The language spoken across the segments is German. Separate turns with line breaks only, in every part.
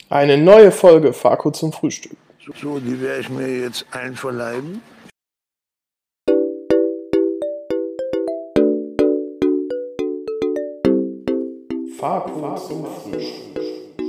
Eine neue Folge Farko zum Frühstück.
So, die werde ich mir jetzt einverleiben.
Farko zum Frühstück.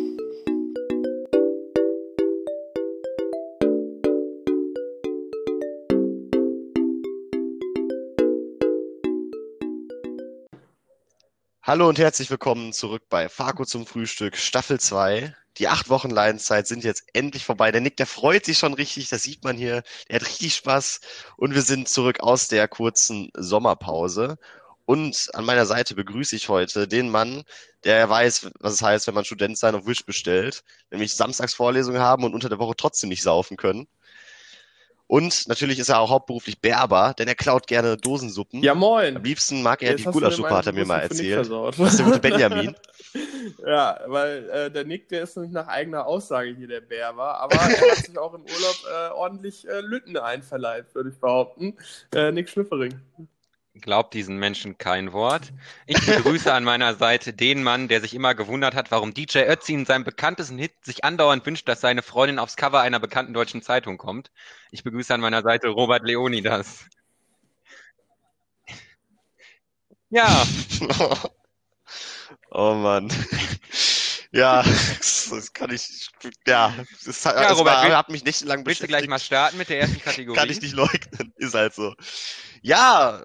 Hallo und herzlich willkommen zurück bei Farko zum Frühstück, Staffel 2. Die 8 Wochen Leidenszeit sind jetzt endlich vorbei. Der Nick, der freut sich schon richtig, das sieht man hier. Er hat richtig Spaß und wir sind zurück aus der kurzen Sommerpause. Und an meiner Seite begrüße ich heute den Mann, der weiß, was es heißt, wenn man Student sein auf Wish bestellt, nämlich samstags Vorlesungen haben und unter der Woche trotzdem nicht saufen können. Und natürlich ist er auch hauptberuflich Berber, denn er klaut gerne Dosensuppen.
Ja, moin.
Am liebsten mag er
Jetzt
die
hast du mir
Gulaschsuppe,
meine
hat er mir mal
Bewusstsein
erzählt.
versaut.
Das ist der gute Benjamin.
Ja, weil der Nick, der ist nicht nach eigener Aussage hier der Bär war, aber er hat sich auch im Urlaub ordentlich Lütten einverleibt, würde ich behaupten. Nick Schnüffering.
Glaubt diesen Menschen kein Wort. Ich begrüße an meiner Seite den Mann, der sich immer gewundert hat, warum DJ Ötzi in seinem bekanntesten Hit sich andauernd wünscht, dass seine Freundin aufs Cover einer bekannten deutschen Zeitung kommt. Ich begrüße an meiner Seite Robert Leonidas. Ja,
Oh Mann. Ja, das kann ich. Ja,
Ja, Robert,
hat mich nicht lang
willst du
beschäftigt.
gleich mal starten mit der ersten Kategorie?
Kann ich nicht leugnen. Ist halt so. Ja.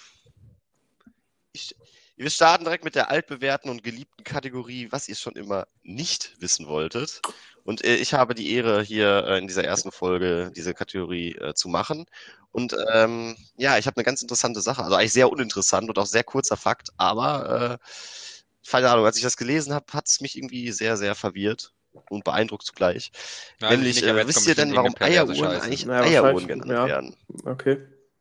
Wir starten direkt mit der altbewährten und geliebten Kategorie, was ihr schon immer nicht wissen wolltet. Und ich habe die Ehre, hier in dieser ersten Folge diese Kategorie zu machen. Und ja, ich habe eine ganz interessante Sache. Also eigentlich sehr uninteressant und auch sehr kurzer Fakt, aber keine Ahnung, als ich das gelesen habe, hat es mich irgendwie sehr, sehr verwirrt und beeindruckt zugleich.
Weiß ich
Nämlich,
nicht, aber jetzt
wisst
kommt
ihr denn,
bestimmt
warum
irgendeine perverse
Eieruhren
Scheiße.
eigentlich
Naja,
Eieruhren
wahrscheinlich,
genannt
ja.
werden?
Okay.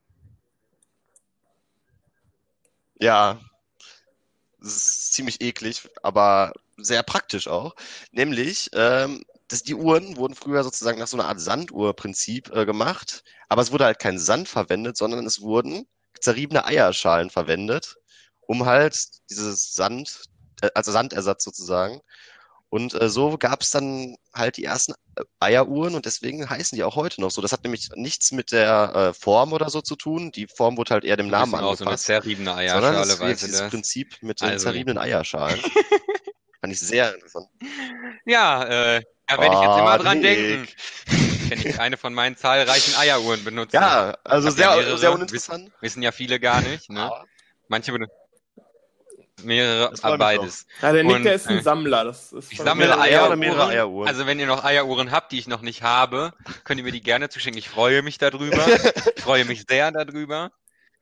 Ja, das ist ziemlich eklig, aber sehr praktisch auch. Nämlich, die Uhren wurden früher sozusagen nach so einer Art Sanduhrprinzip gemacht, aber es wurde halt kein Sand verwendet, sondern es wurden zerriebene Eierschalen verwendet, um halt dieses Sand, also Sandersatz sozusagen. Und so gab es dann halt die ersten Eieruhren und deswegen heißen die auch heute noch so. Das hat nämlich nichts mit der Form oder so zu tun. Die Form wurde halt eher dem
Du
Namen
bist auch so eine
angepasst.
zerriebene
Sondern
Eierschale,
es wird
weißt du
dieses
das?
Prinzip mit den
Also,
zerriebenen Eierschalen. Fand ich sehr interessant.
ja, da werde ich jetzt immer dran
Nick.
denken, wenn ich eine von meinen zahlreichen Eieruhren benutze.
Ja, also
Hab ja
sehr,
mehrere,
sehr uninteressant.
Wissen ja viele gar nicht, ne?
Aber
Manche benutzen mehrere,
das freut mich
beides.
Ja, der Nick,
Und,
der ist ein Sammler. Das ist
Ich
schon
sammle
mehrere Eier
Eieruhren.
oder mehrere Eieruhren?
Also wenn ihr noch Eieruhren habt, die ich noch nicht habe, könnt ihr mir die gerne zuschicken. Ich freue mich darüber. Ich freue mich sehr darüber.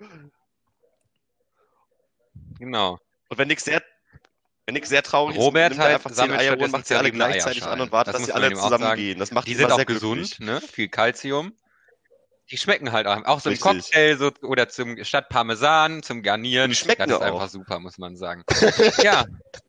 Genau.
Und wenn Nick sehr traurig
Robert
ist, nimmt er
halt
einfach 10
sammelt
Eieruhren,
stattdessen
macht sie alle
zerriebene
gleichzeitig an und
Eierschalen.
wartet,
Das
dass sie
muss man
alle
ihm auch
zusammen
sagen.
gehen. Das macht
Die
ihn
sind
immer
auch
sehr
gesund,
glücklich.
ne? Viel Calcium. Die schmecken halt auch zum
Richtig.
Cocktail so, oder statt Parmesan, zum
Und
Garnieren.
die schmecken
Das ist
auch.
einfach super, muss man sagen. Ja.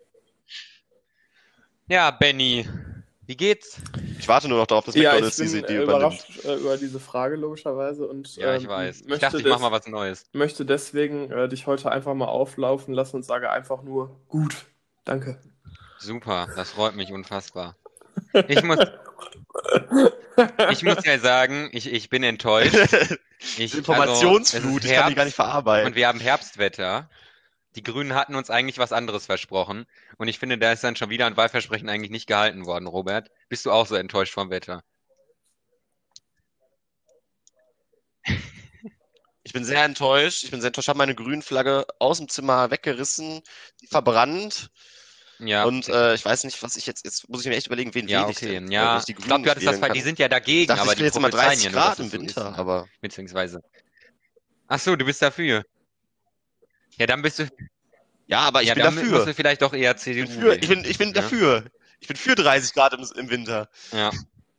Ja, Benny. Wie geht's?
Ich warte nur noch darauf, dass
Ja,
McDonald's
ich
diese
bin
Idee übernimmt.
überrascht über diese Frage logischerweise und
Ja, ich weiß. Ich
möchte,
dachte, ich mach mal was Neues.
möchte deswegen dich heute einfach mal auflaufen lassen und sage einfach nur gut. Danke.
Super, das freut mich unfassbar. Ich muss ja sagen, ich bin enttäuscht.
Informationsflut,
es ist
ich kann die gar
Herbst
nicht verarbeiten.
und wir haben Herbstwetter. Die Grünen hatten uns eigentlich was anderes versprochen. Und ich finde, da ist dann schon wieder ein Wahlversprechen eigentlich nicht gehalten worden, Robert. Bist du auch so enttäuscht vom Wetter?
Ich bin sehr enttäuscht. Ich habe meine Grünflagge aus dem Zimmer weggerissen, die verbrannt.
Ja.
Und ich weiß nicht, was ich jetzt muss ich mir echt überlegen, wen
Ja,
wähle ich
okay.
denn?
Ja,
Weil ich die
ich
Grünen
glaube, du
nicht
hattest das,
wählen
weil die
kann.
sind ja
Ich
dagegen,
dachte,
aber
ich
die
will jetzt immer
prophezeien
30
ja nur, dass
Grad
es
im
so
Winter,
ist, ne?
aber
Beziehungsweise. Ach so, du bist dafür. Ja, dann bist du.
ja, aber ich
Ja,
bin
dann musst
dafür.
du vielleicht doch eher CDU
Ich bin
wählen, ne?
dafür. Ich bin für 30 Grad im Winter.
Ja.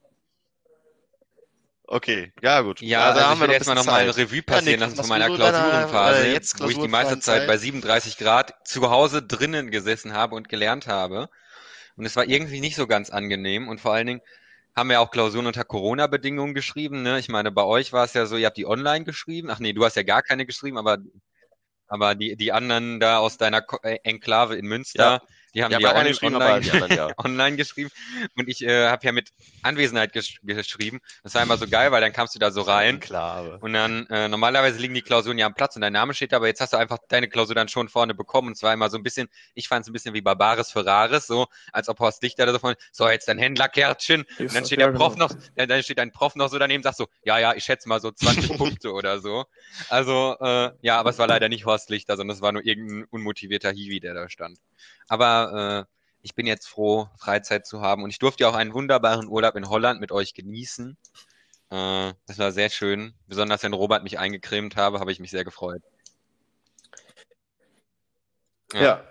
Okay, ja gut.
Ja,
da
also
haben
ich
wir
will
noch ein
jetzt mal
bisschen
nochmal
Zeit.
Revue
Ja,
passieren
Nick,
lassen
was
von meiner
machst du in deiner,
Klausurenphase,
jetzt
wo ich die
klausurfreien
meiste Zeit
Zeit?
bei 37 Grad zu Hause drinnen gesessen habe und gelernt habe. Und es war irgendwie nicht so ganz angenehm. Und vor allen Dingen haben wir auch Klausuren unter Corona-Bedingungen geschrieben, ne? Ich meine, bei euch war es ja so, ihr habt die online geschrieben. Ach nee, du hast ja gar keine geschrieben, aber die anderen da aus deiner Enklave in Münster, Die haben
Ja,
die
bei
ja
einer geschrieben, aber die anderen ja.
online geschrieben. Und ich habe ja mit Anwesenheit geschrieben. Das war immer so geil, weil dann kamst du da so rein.
Klar.
Und dann, normalerweise liegen die Klausuren ja am Platz und dein Name steht da, aber jetzt hast du einfach deine Klausur dann schon vorne bekommen. Und es war immer so ein bisschen, ich fand es ein bisschen wie Barbares Ferraris, so, als ob Horst Lichter da so von, so, jetzt dein Händlerkärtchen. Und dann steht der Prof noch, dann steht ein Prof noch so daneben, sagt so, ja, ich schätze mal so 20 Punkte oder so. Also, ja, aber es war leider nicht Horst Lichter, sondern es war nur irgendein unmotivierter Hiwi, der da stand. Aber ich bin jetzt froh, Freizeit zu haben. Und ich durfte ja auch einen wunderbaren Urlaub in Holland mit euch genießen. Das war sehr schön. Besonders wenn Robert mich eingecremt habe ich mich sehr gefreut.
Ja.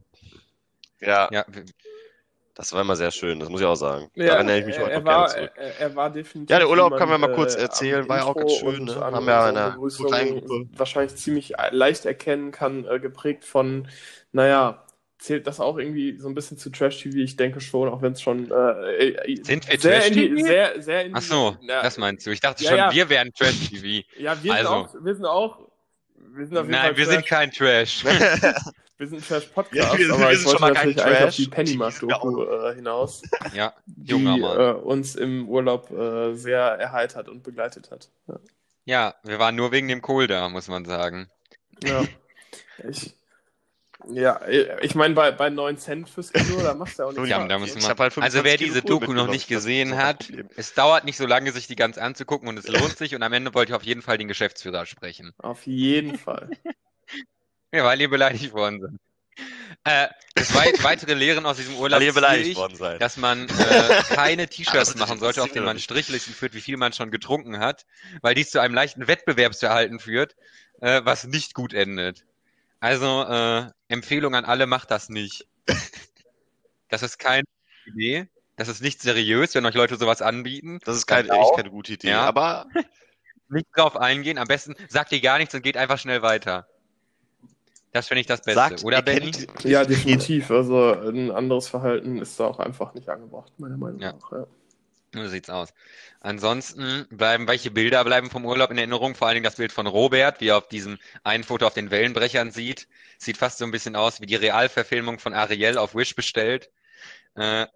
Das war immer sehr schön, das muss ich auch sagen.
Ja,
Daran erinnere ich mich heute noch gerne zurück.
Er war definitiv.
Ja, der Urlaub
wie
können wir
man,
mal kurz erzählen, war ja auch ganz schön. Ne? Haben ja in einer kleinen Gruppe
wahrscheinlich ziemlich leicht erkennen kann, geprägt von, zählt das auch irgendwie so ein bisschen zu Trash-TV? Ich denke schon, auch wenn es schon
sind wir
sehr
Trash-TV?
sehr in die,
Ach so, das meinst du. Ich dachte schon, wir wären Trash-TV.
Ja, wir sind auf jeden Fall
wir sind kein Trash.
Wir sind ein Trash-Podcast,
wir
aber ich
sind schon
wollte
mal kein
natürlich eigentlich auf
Trash.
die Pennymark-Doku hinaus,
Ja, junger
die
Mann.
uns im Urlaub sehr erheitert und begleitet hat.
Ja, wir waren nur wegen dem Kohl da, muss man sagen.
Ich meine, bei 9 Cent fürs Kilo, da machst du ja auch nichts.
Ja, da müssen wir,
hab halt 25
also wer
Kilo
diese
Kohl
Doku noch
mitgenommen.
nicht
Das ist
gesehen
so ein
hat,
Problem.
es dauert nicht so lange, sich die ganz anzugucken und es lohnt sich und am Ende wollte ich auf jeden Fall den Geschäftsführer sprechen.
Auf jeden Fall.
Ja, weil ihr beleidigt worden seid. Das weitere Lehren aus diesem Urlaub
Weil ihr
ziehe
beleidigt
ich,
worden seid.
dass man keine T-Shirts
Aber
machen
das
sollte, auf
ist
denen man
nicht.
Strichlisten führt, wie viel man schon getrunken hat, weil dies zu einem leichten Wettbewerbsverhalten führt, was nicht gut endet. Also Empfehlung an alle, macht das nicht. Das ist keine Idee. Das ist nicht seriös, wenn euch Leute sowas anbieten.
Das ist
Dann
echt keine gute Idee.
Ja.
Aber
Nicht drauf eingehen. Am besten sagt ihr gar nichts und geht einfach schnell weiter. Das finde ich das Beste.
sagt,
Oder
ihr
Benny?
kennt
Ja, definitiv. Also ein anderes Verhalten ist da auch einfach nicht angebracht, meiner Meinung
Ja.
nach. Ja.
So sieht's aus. Ansonsten welche Bilder bleiben vom Urlaub in Erinnerung? Vor allen Dingen das Bild von Robert, wie er auf diesem einen Foto auf den Wellenbrechern sieht. Sieht fast so ein bisschen aus wie die Realverfilmung von Ariel auf Wish bestellt.
Ja,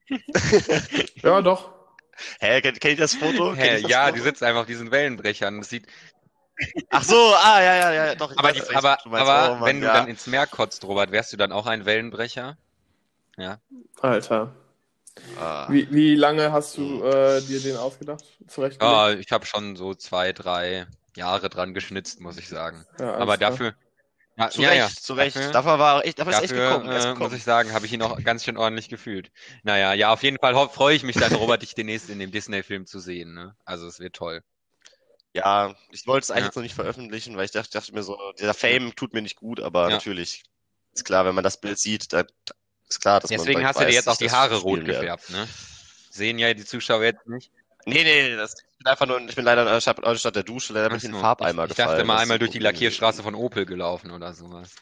doch.
Kennt ihr das Foto? Kennt ihr das
Ja,
Foto?
die sitzt einfach auf diesen Wellenbrechern. Das sieht,
Ach so, ja, doch. ich
aber
weiß, was du meinst.
aber
Oh Mann,
wenn du
ja.
dann ins Meer kotzt, Robert, wärst du dann auch ein Wellenbrecher? Ja.
Alter.
Ah.
Wie lange hast du dir den ausgedacht? Zurechtgelegt?
Ja, ich habe schon so 2, 3 Jahre dran geschnitzt, muss ich sagen.
Ja, alles
Aber
klar.
dafür,
Zu Recht. Dafür ist echt gekommen. Er ist
muss
gekommen.
ich sagen, habe ich ihn auch ganz schön ordentlich gefühlt. Naja, ja, auf jeden Fall freue ich mich dann, Robert, dich demnächst in dem Disney-Film zu sehen. Ne? Also es wird toll.
Ja, ich wollte es eigentlich
Ja.
jetzt noch nicht veröffentlichen, weil ich dachte mir so, dieser Fame tut mir nicht gut, aber
Ja.
natürlich ist klar, wenn man das Bild sieht, dann ist klar, dass
Deswegen
man
hast du dir
weiß,
jetzt auch
dass
die
ich
Haare
das
rot
spielen werde.
gefärbt, ne? Sehen ja die Zuschauer jetzt nicht.
Nee, ich bin leider statt der Dusche leider mit in den
Achso,
Farbeimer
ich
gefallen.
dachte mal
das ist
einmal
das
durch die
Problem
Lackierstraße von Opel gelaufen oder sowas.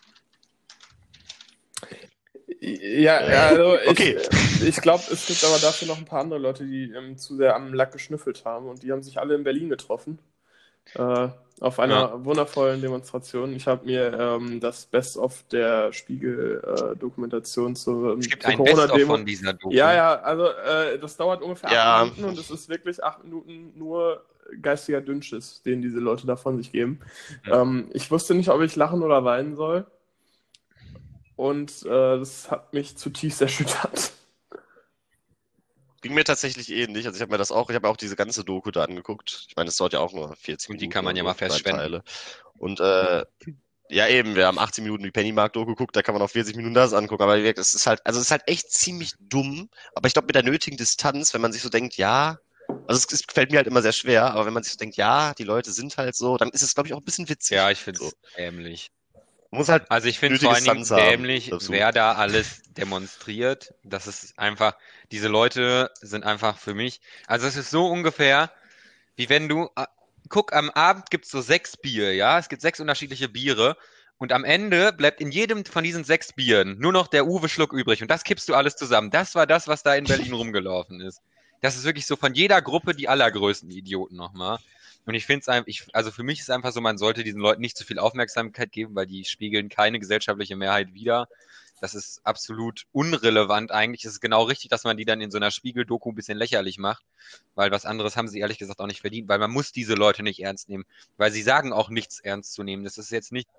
Ja, also
Okay.
ich glaube, es gibt aber dafür noch ein paar andere Leute, die zu sehr am Lack geschnüffelt haben und die haben sich alle in Berlin getroffen. Auf einer wundervollen Demonstration. Ich habe mir das Best-of der Spiegel-Dokumentation zur
Es gibt ein Best-of
Corona-Demo.
von dieser Doku.
Ja, also das dauert ungefähr
Ja.
8 Minuten und es ist wirklich 8 Minuten nur geistiger Dünnschiss, den diese Leute da von sich geben. Ich wusste nicht, ob ich lachen oder weinen soll. Und das hat mich zutiefst erschüttert.
Ging mir tatsächlich ähnlich. Also ich habe mir auch diese ganze Doku da angeguckt. Ich meine, das dauert ja auch nur 40
Und die
Minuten.
kann man ja
oder
mal
so, 3
verschwenden.
Teile. Und ja eben, wir haben 18 Minuten die Pennymark-Doku geguckt, da kann man auch 40 Minuten das angucken. Aber es ist halt echt ziemlich dumm. Aber ich glaube, mit der nötigen Distanz, wenn man sich so denkt, ja, also es fällt mir halt immer sehr schwer, aber wenn man sich so denkt, ja, die Leute sind halt so, dann ist es, glaube ich, auch ein bisschen witzig.
Ja, ich finde es
So.
dämlich.
Man muss halt
Also ich finde
nötige
vor allen Dingen
Distanz haben
dämlich,
dazu.
wer da alles demonstriert. Das ist einfach, diese Leute sind einfach für mich, also es ist so ungefähr, wie wenn du, guck, am Abend gibt's so 6 Bier, ja, es gibt 6 unterschiedliche Biere und am Ende bleibt in jedem von diesen 6 Bieren nur noch der Uwe-Schluck übrig und das kippst du alles zusammen. Das war das, was da in Berlin rumgelaufen ist. Das ist wirklich so von jeder Gruppe die allergrößten Idioten nochmal. Und ich finde es einfach, also für mich ist einfach so, man sollte diesen Leuten nicht zu viel Aufmerksamkeit geben, weil die spiegeln keine gesellschaftliche Mehrheit wider. Das ist absolut unrelevant eigentlich. Es ist genau richtig, dass man die dann in so einer Spiegel-Doku ein bisschen lächerlich macht, weil was anderes haben sie ehrlich gesagt auch nicht verdient, weil man muss diese Leute nicht ernst nehmen, weil sie sagen auch nichts ernst zu nehmen. Das ist jetzt nicht.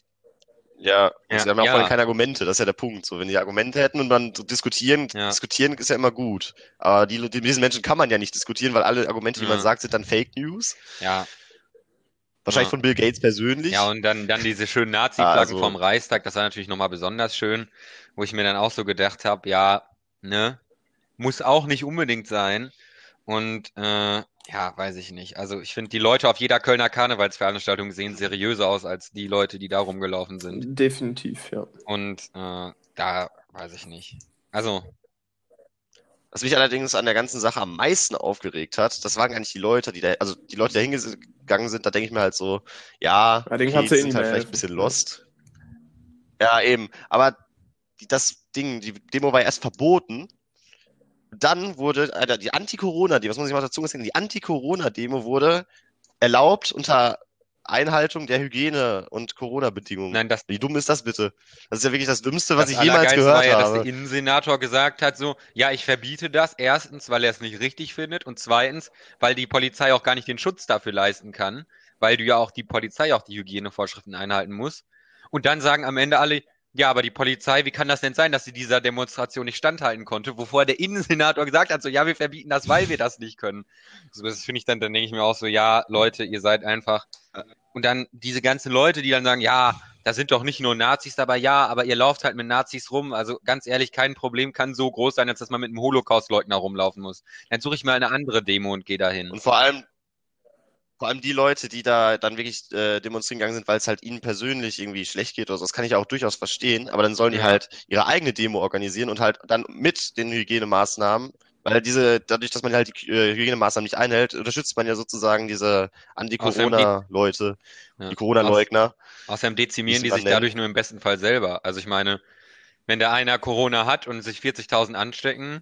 Ja, und sie haben ja auch vorhin
Ja,
keine Argumente, das ist ja der Punkt. So, wenn die Argumente hätten und man so diskutieren
Ja.
ist ja immer gut. Aber mit diesen Menschen kann man ja nicht diskutieren, weil alle Argumente, die man
Ja.
sagt, sind dann Fake News.
ja,
Wahrscheinlich
Ja.
von Bill Gates persönlich.
ja, und dann diese schönen Nazi-Flaggen
Also-
vom Reichstag, das war natürlich nochmal besonders schön, wo ich mir dann auch so gedacht habe, ja, ne, muss auch nicht unbedingt sein. Und ja, weiß ich nicht. Also ich finde, die Leute auf jeder Kölner Karnevalsveranstaltung sehen seriöser aus als die Leute, die da rumgelaufen sind.
Definitiv, ja.
Und da weiß ich nicht. Also,
Was mich allerdings an der ganzen Sache am meisten aufgeregt hat, das waren gar nicht die Leute, die da hingegangen sind, da denke ich mir halt so, ja,
Ja, denen
okay,
kannst
die
du eh
sind
nicht
halt
mehr
vielleicht ein
helfen.
bisschen lost. Ja, eben. Aber die Demo war erst verboten. Dann wurde die Anti-Corona-Demo, das muss ich mal dazu sagen, die Anti-Corona-Demo wurde erlaubt unter Einhaltung der Hygiene- und Corona-Bedingungen.
nein,
Wie dumm ist das bitte? Das ist ja wirklich das Dümmste, was
das
ich jemals
Allergeilste
gehört
war ja, dass
habe.
der Innensenator gesagt hat, so, ja, ich verbiete das. Erstens, weil er es nicht richtig findet und zweitens, weil die Polizei auch gar nicht den Schutz dafür leisten kann, weil die Polizei auch die Hygienevorschriften einhalten muss. Und dann sagen am Ende alle, ja, aber die Polizei, wie kann das denn sein, dass sie dieser Demonstration nicht standhalten konnte, wovor der Innensenator gesagt hat, so, ja, wir verbieten das, weil wir das nicht können. So, das finde ich dann denke ich mir auch so, ja, Leute, ihr seid einfach. Und dann diese ganzen Leute, die dann sagen, ja, da sind doch nicht nur Nazis dabei, ja, aber ihr lauft halt mit Nazis rum. Also ganz ehrlich, kein Problem kann so groß sein, als dass man mit einem Holocaust-Leugner rumlaufen muss. Dann suche ich mal eine andere Demo und gehe dahin.
Und vor allem die Leute, die da dann wirklich demonstrieren gegangen sind, weil es halt ihnen persönlich irgendwie schlecht geht oder so, das kann ich auch durchaus verstehen, aber dann sollen die
Ja.
halt ihre eigene Demo organisieren und halt dann mit den Hygienemaßnahmen, weil dadurch, dass man halt die Hygienemaßnahmen nicht einhält, unterstützt man ja sozusagen diese Anti-Corona-Leute,
Ja.
die Corona-Leugner.
Außerdem
wie
dezimieren
sie
die
man
sich
nennt.
dadurch nur im besten Fall selber. Also ich meine, wenn der einer Corona hat und sich 40.000 anstecken,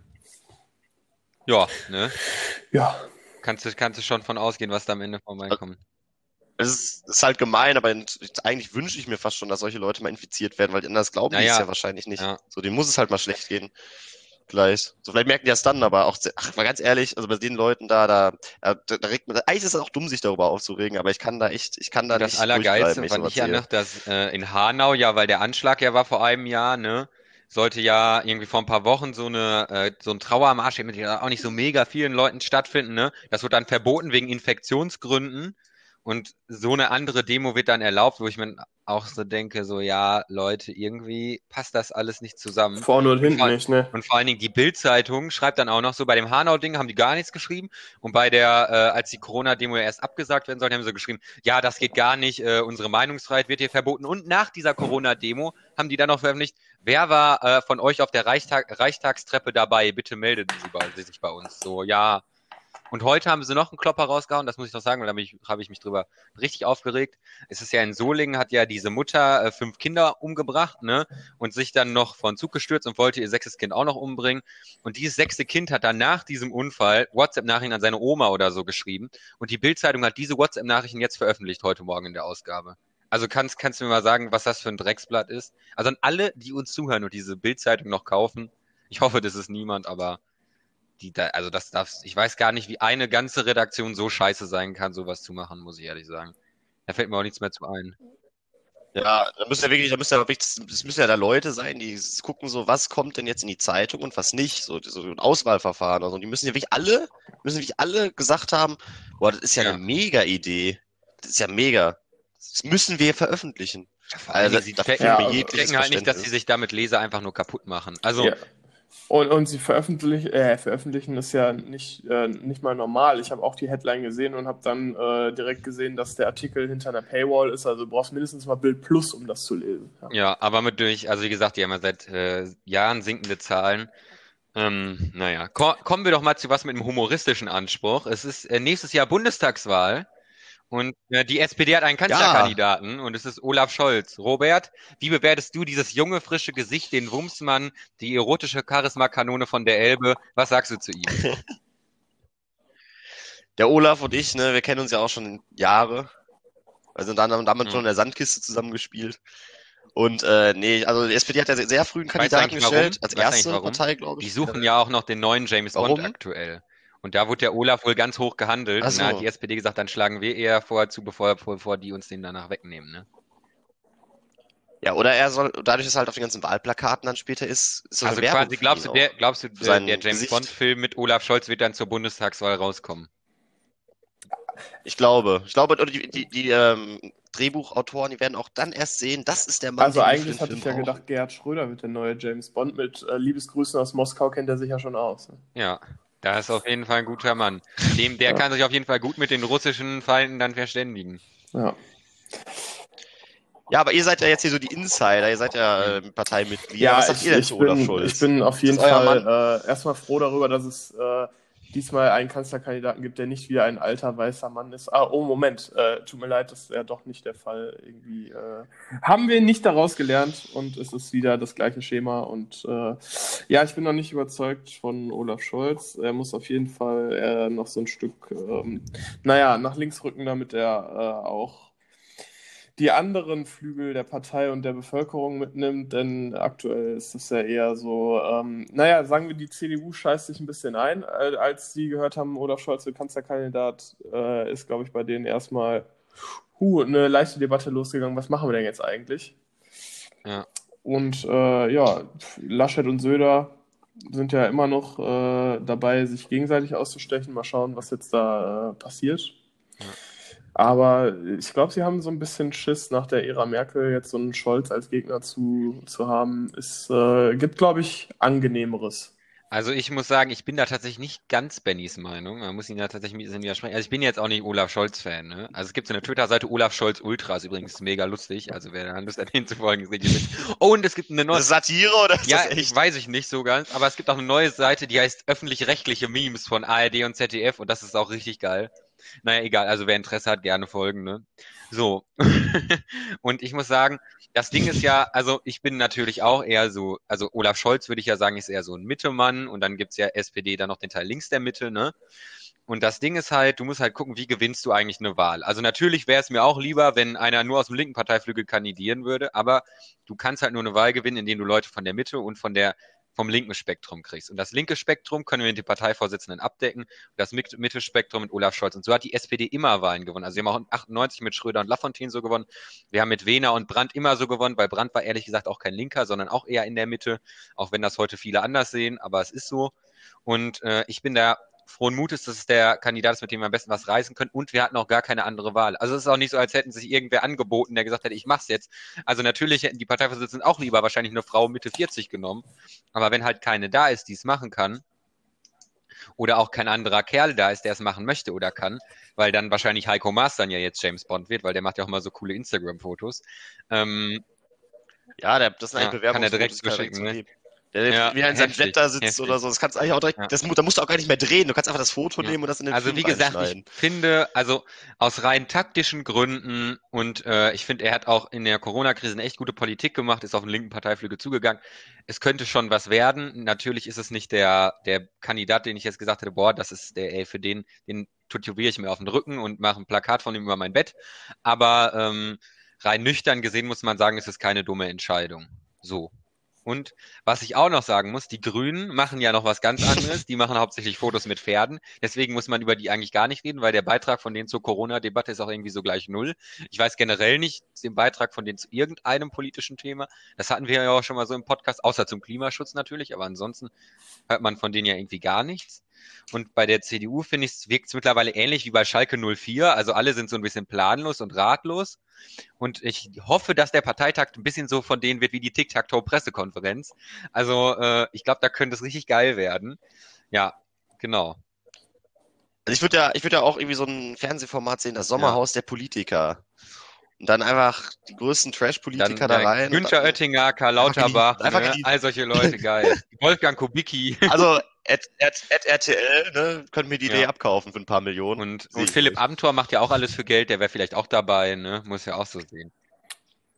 ja, ne,
Ja,
kannst du schon von ausgehen, was da am Ende vorbeikommt.
Es ist halt gemein, aber eigentlich wünsche ich mir fast schon, dass solche Leute mal infiziert werden, weil anders glauben die es
Naja,
ja wahrscheinlich nicht.
ja.
So, denen muss es halt mal schlecht gehen. Vielleicht. So, vielleicht merken die das dann, aber auch, mal ganz ehrlich, also bei den Leuten da regt man, eigentlich ist es auch dumm, sich darüber aufzuregen, aber ich kann da
Und
nicht
das
durchbleiben,
Allergeilste
wenn ich
fand
sowas
ich ja
sehe.
noch, dass in Hanau, ja, weil der Anschlag ja war vor einem Jahr, ne, sollte ja irgendwie vor ein paar Wochen so ein Trauermarsch mit auch nicht so mega vielen Leuten stattfinden, ne? Das wird dann verboten wegen Infektionsgründen. Und so eine andere Demo wird dann erlaubt, wo ich mir auch so denke, so, ja, Leute, irgendwie passt das alles nicht zusammen.
vorne und hinten
vor-
nicht, ne?
Und vor allen Dingen die Bild-Zeitung schreibt dann auch noch so, bei dem Hanau-Ding haben die gar nichts geschrieben. Und bei als die Corona-Demo ja erst abgesagt werden sollte, haben sie geschrieben, ja, das geht gar nicht, unsere Meinungsfreiheit wird hier verboten. Und nach dieser Corona-Demo haben die dann noch veröffentlicht, wer war von euch auf der Reichstagstreppe dabei? Bitte melden Sie sich bei uns. So, ja. Und heute haben sie noch einen Klopper rausgehauen, das muss ich noch sagen, weil da habe ich mich drüber richtig aufgeregt. Es ist ja in Solingen, hat ja diese Mutter 5 Kinder umgebracht, ne? Und sich dann noch von Zug gestürzt und wollte ihr 6. Kind auch noch umbringen. Und dieses 6. Kind hat dann nach diesem Unfall WhatsApp-Nachrichten an seine Oma oder so geschrieben. Und die Bild-Zeitung hat diese WhatsApp-Nachrichten jetzt veröffentlicht, heute Morgen in der Ausgabe. Also kannst du mir mal sagen, was das für ein Drecksblatt ist? Also an alle, die uns zuhören und diese Bild-Zeitung noch kaufen, ich hoffe, das ist niemand, aber ich weiß gar nicht, wie eine ganze Redaktion so scheiße sein kann, sowas zu machen, muss ich ehrlich sagen. Da fällt mir auch nichts mehr zu ein.
Ja, da müssen ja da Leute sein, die gucken so, was kommt denn jetzt in die Zeitung und was nicht, so ein Auswahlverfahren oder so. Die müssen wirklich alle gesagt haben, boah, das ist ja eine mega Idee. Das ist ja mega. Das müssen wir veröffentlichen.
Vor allen Dingen,
Also,
sie
da
checken,
fehlt mir
also,
jegliches
checken halt nicht, dass sie
Verständnis.
sich damit Leser einfach nur kaputt machen. Also,
Ja. Und sie veröffentlichen ist ja nicht mal normal. Ich habe auch die Headline gesehen und habe dann direkt gesehen, dass der Artikel hinter einer Paywall ist. Also du brauchst mindestens mal Bild Plus, um das zu lesen.
ja, aber also wie gesagt, die haben ja seit Jahren sinkende Zahlen. Naja, kommen wir doch mal zu was mit einem humoristischen Anspruch. Es ist nächstes Jahr Bundestagswahl. Und die SPD hat einen Kanzlerkandidaten und es ist Olaf Scholz. Robert, wie bewertest du dieses junge, frische Gesicht, den Wumsmann, die erotische Charisma-Kanone von der Elbe? Was sagst du zu ihm?
Der Olaf und ich, ne, wir kennen uns ja auch schon Jahre. Also dann haben wir schon in der Sandkiste zusammengespielt. Und nee, also die SPD hat ja sehr früh einen Kandidaten gestellt, als erste Partei, glaube ich.
Die suchen ja auch noch den neuen James Bond
Warum?
aktuell. Und da wurde der Olaf wohl ganz hoch gehandelt.
Ach
Und da hat
so.
die SPD gesagt, dann schlagen wir eher vorher zu, bevor die uns den danach wegnehmen. Ne?
Ja, oder er soll, dadurch, dass er halt auf den ganzen Wahlplakaten dann später ist so eine
Also
Werbung
quasi,
für
glaubst
ihn
du,
auch. Für sein
der James
Gesicht.
Bond-Film mit Olaf Scholz wird dann zur Bundestagswahl rauskommen?
Ich glaube, oder die Drehbuchautoren, die werden auch dann erst sehen, das ist der Mann,
Also
den wir
eigentlich
für
hatte
den
ich ja
Film brauchen.
gedacht, Gerhard Schröder wird der neue James Bond. Mit Liebesgrüßen aus Moskau kennt er sich ja schon aus. Ne?
Ja, da ist auf jeden Fall ein guter Mann. Der
Ja.
kann sich auf jeden Fall gut mit den russischen Feinden dann verständigen.
Ja.
Ja, aber ihr seid ja jetzt hier so die Insider, ihr seid ja Parteimitglieder.
Ja,
Was sagt ihr denn zu Olaf Scholz?
ich bin auf jeden
Ist euer
Fall erstmal froh darüber, dass es diesmal einen Kanzlerkandidaten gibt, der nicht wieder ein alter weißer Mann ist. Oh, Moment, tut mir leid, das ist ja doch nicht der Fall. Irgendwie haben wir nicht daraus gelernt und es ist wieder das gleiche Schema. Und ja, ich bin noch nicht überzeugt von Olaf Scholz. Er muss auf jeden Fall noch so ein Stück, nach links rücken, damit er auch die anderen Flügel der Partei und der Bevölkerung mitnimmt, denn aktuell ist es ja eher so, sagen wir, die CDU scheißt sich ein bisschen ein. Als sie gehört haben, Olaf Scholz wird Kanzlerkandidat, ist, glaube ich, bei denen erstmal eine leichte Debatte losgegangen, was machen wir denn jetzt eigentlich?
Ja.
Und Laschet und Söder sind ja immer noch dabei, sich gegenseitig auszustechen. Mal schauen, was jetzt da passiert.
Ja.
Aber ich glaube, sie haben so ein bisschen Schiss nach der Ära Merkel, jetzt so einen Scholz als Gegner zu haben. Es gibt, glaube ich, Angenehmeres.
Also ich muss sagen, ich bin da tatsächlich nicht ganz Bennys Meinung. Man muss ihn da tatsächlich ein bisschen widersprechen. Also ich bin jetzt auch nicht Olaf Scholz-Fan. Ne? Also es gibt so eine Twitter-Seite Olaf Scholz Ultras, übrigens mega lustig. Also wer da Lust hat, denen zu folgen, ist richtig witzig. Oh, und es gibt eine neue...
Ist das Satire oder ist
Ja,
das echt?
weiß ich nicht so ganz. Aber es gibt auch eine neue Seite, die heißt öffentlich-rechtliche Memes von ARD und ZDF und das ist auch richtig geil. Naja, egal. Also wer Interesse hat, gerne folgen. Ne? So. Und ich muss sagen, das Ding ist ja, also ich bin natürlich auch eher so, also Olaf Scholz würde ich ja sagen, ist eher so ein Mittemann und dann gibt's ja SPD dann noch den Teil links der Mitte, ne? Und das Ding ist halt, du musst halt gucken, wie gewinnst du eigentlich eine Wahl. Also natürlich wäre es mir auch lieber, wenn einer nur aus dem linken Parteiflügel kandidieren würde, aber du kannst halt nur eine Wahl gewinnen, indem du Leute von der Mitte und vom linken Spektrum kriegst. Und das linke Spektrum können wir mit den Parteivorsitzenden abdecken und das Mittelspektrum mit Olaf Scholz. Und so hat die SPD immer Wahlen gewonnen. Also wir haben auch 98 mit Schröder und Lafontaine so gewonnen. Wir haben mit Wehner und Brandt immer so gewonnen, weil Brandt war ehrlich gesagt auch kein Linker, sondern auch eher in der Mitte, auch wenn das heute viele anders sehen, aber es ist so. Und ich bin da frohen Mutes, dass es der Kandidat ist, mit dem wir am besten was reißen können. Und wir hatten auch gar keine andere Wahl. Also es ist auch nicht so, als hätten sich irgendwer angeboten, der gesagt hätte, ich mach's jetzt. Also natürlich hätten die Parteivorsitzenden auch lieber wahrscheinlich eine Frau Mitte 40 genommen. Aber wenn halt keine da ist, die es machen kann, oder auch kein anderer Kerl da ist, der es machen möchte oder kann, weil dann wahrscheinlich Heiko Maas dann ja jetzt James Bond wird, weil der macht ja auch mal so coole Instagram-Fotos.
Ja, das sind eigentlich
kann er direkt
Bewerbungsfotos,
zuschicken, ne?
Der wie er in seinem
heftig,
Jet da sitzt
heftig.
oder so. Das kannst du eigentlich auch direkt, da musst du auch gar nicht mehr drehen. Du kannst einfach das Foto nehmen und das in den
Also
Film
wie gesagt,
reinschneiden.
ich finde, also aus rein taktischen Gründen und ich finde, er hat auch in der Corona-Krise eine echt gute Politik gemacht, ist auf den linken Parteiflügel zugegangen. Es könnte schon was werden. Natürlich ist es nicht der Kandidat, den ich jetzt gesagt hätte, boah, das ist der, für den tätowiere ich mir auf den Rücken und mache ein Plakat von ihm über mein Bett. Aber rein nüchtern gesehen muss man sagen, es ist keine dumme Entscheidung. So. Und was ich auch noch sagen muss, die Grünen machen ja noch was ganz anderes. Die machen hauptsächlich Fotos mit Pferden. Deswegen muss man über die eigentlich gar nicht reden, weil der Beitrag von denen zur Corona-Debatte ist auch irgendwie so gleich null. Ich weiß generell nicht den Beitrag von denen zu irgendeinem politischen Thema. Das hatten wir ja auch schon mal so im Podcast, außer zum Klimaschutz natürlich. Aber ansonsten hört man von denen ja irgendwie gar nichts. Und bei der CDU, finde ich, wirkt es mittlerweile ähnlich wie bei Schalke 04. Also alle sind so ein bisschen planlos und ratlos. Und ich hoffe, dass der Parteitag ein bisschen so von denen wird wie die Tic-Tac-Toe-Pressekonferenz. Also ich glaube, da könnte es richtig geil werden. Ja, genau.
Also ich würde ja auch irgendwie so ein Fernsehformat sehen, das Sommerhaus der Politiker. Und dann einfach die größten Trash-Politiker da rein.
Günther Oettinger, Karl Lauterbach, all solche Leute, geil. Wolfgang Kubicki.
Also RTL, ne, können mir die Idee abkaufen für ein paar Millionen.
Und Philipp Amthor macht ja auch alles für Geld, der wäre vielleicht auch dabei, ne? Muss ja auch so sehen.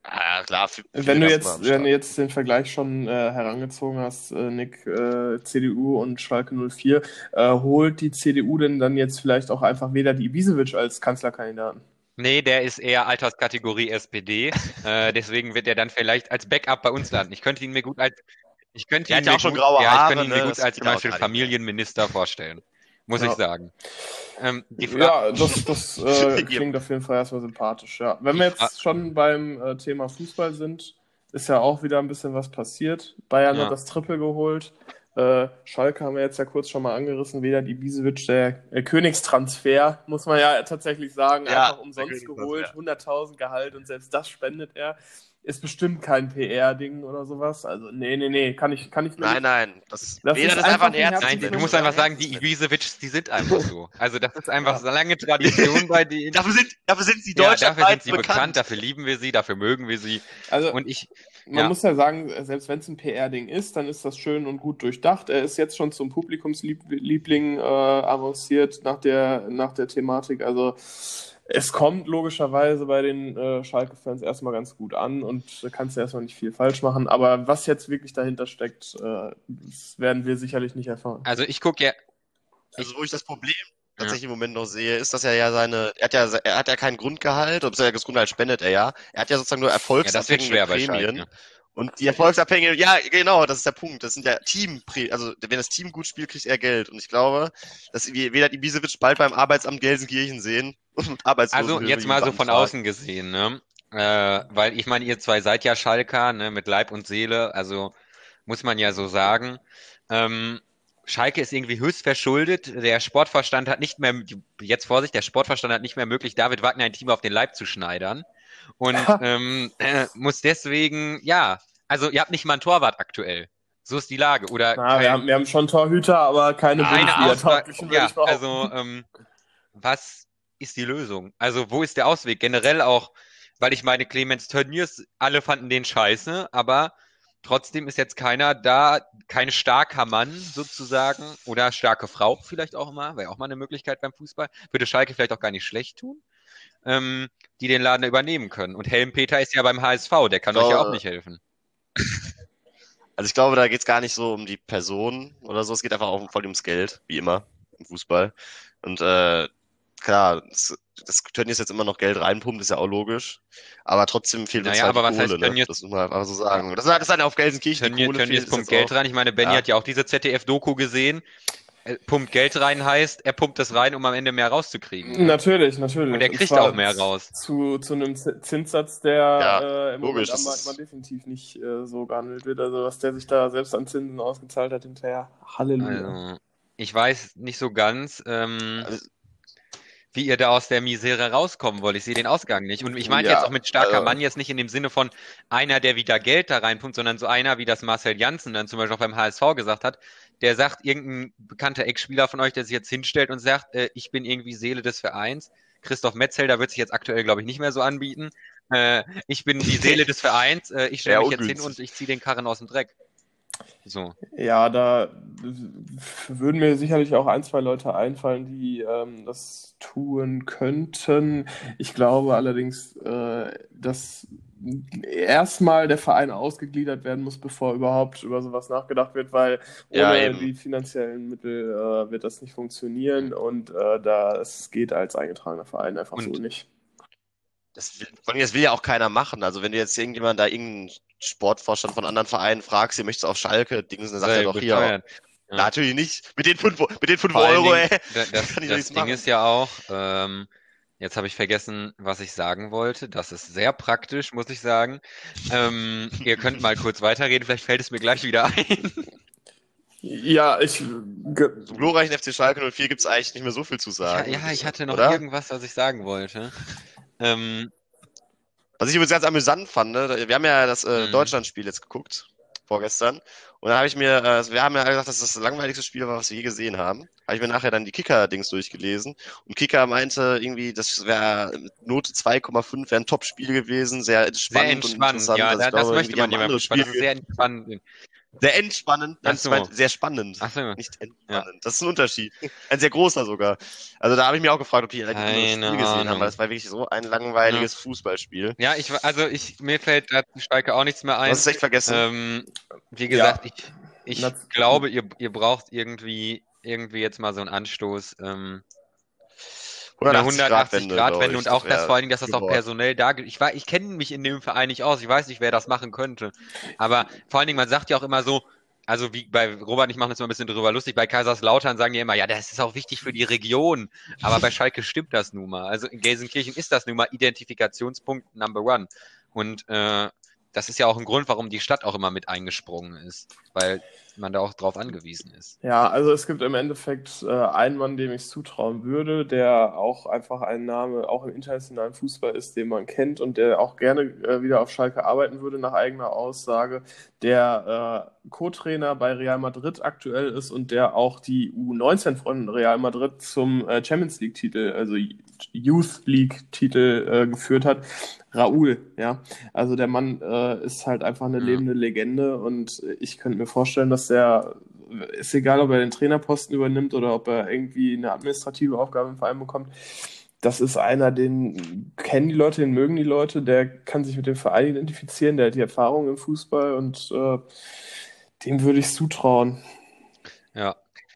klar, viele
Wenn du
lassen wir am Start.
jetzt den Vergleich schon herangezogen hast, Nick, CDU und Schalke 04, holt die CDU denn dann jetzt vielleicht auch einfach Vedat Ibišević als Kanzlerkandidaten?
Nee, der ist eher Alterskategorie SPD. Deswegen wird er dann vielleicht als Backup bei uns landen. Ich könnte ihn mir gut als
Der hat ja auch schon graue
ja, ich
Haare,
könnte ihn mir
ne?
gut
Das
als
geht
zum
auch
Beispiel
gar nicht mehr.
Familienminister vorstellen. Muss ich
Ja.
sagen. Die Frage,
Ja, das klingt auf jeden Fall erstmal sympathisch, ja. Wenn wir jetzt schon beim Thema Fußball sind, ist ja auch wieder ein bisschen was passiert. Bayern
Ja.
hat das Triple geholt. Schalke haben wir jetzt ja kurz schon mal angerissen. Vedat Ibišević, der Königstransfer, muss man ja tatsächlich sagen,
Ja,
einfach
der
umsonst
Königstransfer.
geholt. 100.000 Gehalt und selbst das spendet er. Ist bestimmt kein PR-Ding oder sowas. Also, nee, kann ich mir
Nein,
Das
Vedat
ist
ist einfach ein
einfach ein
Herz.
nein, du
Herzensmensch.
musst einfach sagen, die Ibišević, die sind einfach so. Also das ist einfach so lange Tradition bei denen.
Dafür sind sie
Ja,
deutschlandweit
dafür sind sie
bekannt.
bekannt, dafür lieben wir sie, dafür mögen wir sie.
Also,
Und ich,
man
ja.
muss ja sagen, selbst wenn es ein PR-Ding ist, dann ist das schön und gut durchdacht. Er ist jetzt schon zum Publikumsliebling avanciert nach der Thematik. Also es kommt logischerweise bei den Schalke-Fans erstmal ganz gut an und da kannst du erstmal nicht viel falsch machen. Aber was jetzt wirklich dahinter steckt, das werden wir sicherlich nicht erfahren.
Also ich gucke ja,
Also wo ich das Problem tatsächlich im Moment noch sehe, ist, dass er hat ja kein Grundgehalt, oder das Grundgehalt spendet er ja. Er hat ja sozusagen nur
ja, das wird
erfolgsabhängige
schwer bei
Prämien.
Schalke.
Und die erfolgsabhängigen, ja, genau, das ist der Punkt. Das sind ja also wenn das Team gut spielt, kriegt er Geld. Und ich glaube, dass wir Vedat Ibišević bald beim Arbeitsamt Gelsenkirchen sehen und
Also jetzt mal so von außen gesehen, ne? Weil ich meine, ihr zwei seid ja Schalker, ne, mit Leib und Seele, also muss man ja so sagen. Schalke ist irgendwie höchst verschuldet. Der Sportvorstand hat nicht mehr, jetzt Vorsicht, der Sportvorstand hat nicht mehr möglich, David Wagner ein Team auf den Leib zu schneidern. Und muss deswegen, ja, also ihr habt nicht mal einen Torwart aktuell. So ist die Lage. Oder
Wir haben schon Torhüter, aber keine Bundesliga-tauglichen, würde ich behaupten.
also, was ist die Lösung? Also, wo ist der Ausweg? Generell auch, weil ich meine, Clemens Tönnies, alle fanden den scheiße, aber trotzdem ist jetzt keiner da, kein starker Mann sozusagen oder starke Frau vielleicht auch mal, wäre auch mal eine Möglichkeit beim Fußball. Würde Schalke vielleicht auch gar nicht schlecht tun, die den Laden übernehmen können. Und Helmpeter ist ja beim HSV, der kann euch ja auch nicht helfen.
Also ich glaube, da geht es gar nicht so um die Person oder so, es geht einfach auch voll ums Geld, wie immer im Fußball. Und klar, das Tönnies jetzt immer noch Geld reinpumpt, ist ja auch logisch. Aber trotzdem fehlt uns halt
aber
die
was
Kohle,
heißt
ne?
Tönnies?
Das muss man einfach so sagen. Das ist dann auf Gelsenkirchen die Kohle
Tönnies
fehlt.
pumpt Geld rein. Ich meine, Benny hat ja auch diese ZDF-Doku gesehen. Pumpt Geld rein heißt, er pumpt das rein, um am Ende mehr rauszukriegen.
Natürlich.
Und er kriegt auch mehr raus.
Zu einem Zinssatz, der im
logisch,
Moment am Markt mal definitiv nicht so gehandelt wird. Also was der sich da selbst an Zinsen ausgezahlt hat hinterher. Halleluja.
Also, ich weiß nicht so ganz, wie ihr da aus der Misere rauskommen wollt. Ich sehe den Ausgang nicht. Und ich meine jetzt auch mit starker Mann jetzt nicht in dem Sinne von einer, der wieder Geld da reinpumpt, sondern so einer, wie das Marcel Janssen dann zum Beispiel auch beim HSV gesagt hat, der sagt, irgendein bekannter Ex-Spieler von euch, der sich jetzt hinstellt und sagt, ich bin irgendwie Seele des Vereins. Christoph Metzelder wird sich jetzt aktuell, glaube ich, nicht mehr so anbieten. Ich bin die Seele des Vereins, ich stelle mich jetzt hin und ich ziehe den Karren aus dem Dreck. So.
Ja, da würden mir sicherlich auch ein, zwei Leute einfallen, die das tun könnten. Ich glaube allerdings, dass erstmal der Verein ausgegliedert werden muss, bevor überhaupt über sowas nachgedacht wird, weil ohne die finanziellen Mittel wird das nicht funktionieren und das geht als eingetragener Verein einfach so nicht.
Das will ja auch keiner machen. Also wenn du jetzt irgendjemand da irgendeinen Sportvorstand von anderen Vereinen fragst, ihr möchtest auf Schalke, dann sagt er doch hier. Ja. Natürlich nicht. Mit den 5 Euro, ey.
Das Ding ist ja auch, jetzt habe ich vergessen, was ich sagen wollte. Das ist sehr praktisch, muss ich sagen. Ihr könnt mal kurz weiterreden, vielleicht fällt es mir gleich wieder ein.
Ja,
zum glorreichen FC Schalke 04 gibt es eigentlich nicht mehr so viel zu sagen.
Ja, ich hatte noch irgendwas, was ich sagen wollte.
Was ich übrigens ganz amüsant fand, ne? Wir haben ja das Deutschlandspiel jetzt geguckt, vorgestern. Und dann habe ich mir, wir haben ja gesagt, dass das langweiligste Spiel war, was wir je gesehen haben. Habe ich mir nachher dann die Kicker-Dings durchgelesen. Und Kicker meinte irgendwie, das wäre Note 2,5, wäre ein Top-Spiel gewesen, sehr spannend und interessant.
Ja,
also
das möchte man jemandem. Das ist sehr entspannend.
Sehr entspannend,
Ach so.
sehr spannend.
Ach so.
Nicht entspannend. Das ist ein Unterschied. Ein sehr großer sogar. Also da habe ich mir auch gefragt, ob die ein anderes
Keine
Spiel gesehen haben,
Ahnung.
weil das war wirklich so ein langweiliges Fußballspiel.
Ja, mir fällt da zu Schalke auch nichts mehr
Du
ein.
hast es echt vergessen.
Wie gesagt,
Ja.
ich
Nat-
glaube, ihr braucht irgendwie jetzt mal so einen Anstoß. Eine
180-Grad-Wende, glaube
180-Grad-Wende
ich.
und auch
Das
vor allen Dingen, dass das auch
Wort.
personell da ich kenne mich in dem Verein nicht aus, ich weiß nicht, wer das machen könnte. Aber vor allen Dingen, man sagt ja auch immer so, also wie bei Robert und ich machen das immer ein bisschen drüber lustig, bei Kaiserslautern sagen die immer, ja, das ist auch wichtig für die Region. Aber bei Schalke stimmt das nun mal. Also in Gelsenkirchen ist das nun mal Identifikationspunkt Number One. Und das ist ja auch ein Grund, warum die Stadt auch immer mit eingesprungen ist, weil man da auch drauf angewiesen ist.
Ja, also es gibt im Endeffekt einen Mann, dem ich es zutrauen würde, der auch einfach ein Name, auch im internationalen Fußball ist, den man kennt und der auch gerne wieder auf Schalke arbeiten würde, nach eigener Aussage, der Co-Trainer bei Real Madrid aktuell ist und der auch die U19 von Real Madrid zum Champions League-Titel, also Youth League-Titel geführt hat. Raúl, ja. Also der Mann ist halt einfach eine lebende Legende und ich könnte mir vorstellen, dass ist egal, ob er den Trainerposten übernimmt oder ob er irgendwie eine administrative Aufgabe im Verein bekommt. Das ist einer, den kennen die Leute, den mögen die Leute, der kann sich mit dem Verein identifizieren, der hat die Erfahrung im Fußball und dem würde ich es zutrauen.
Ja.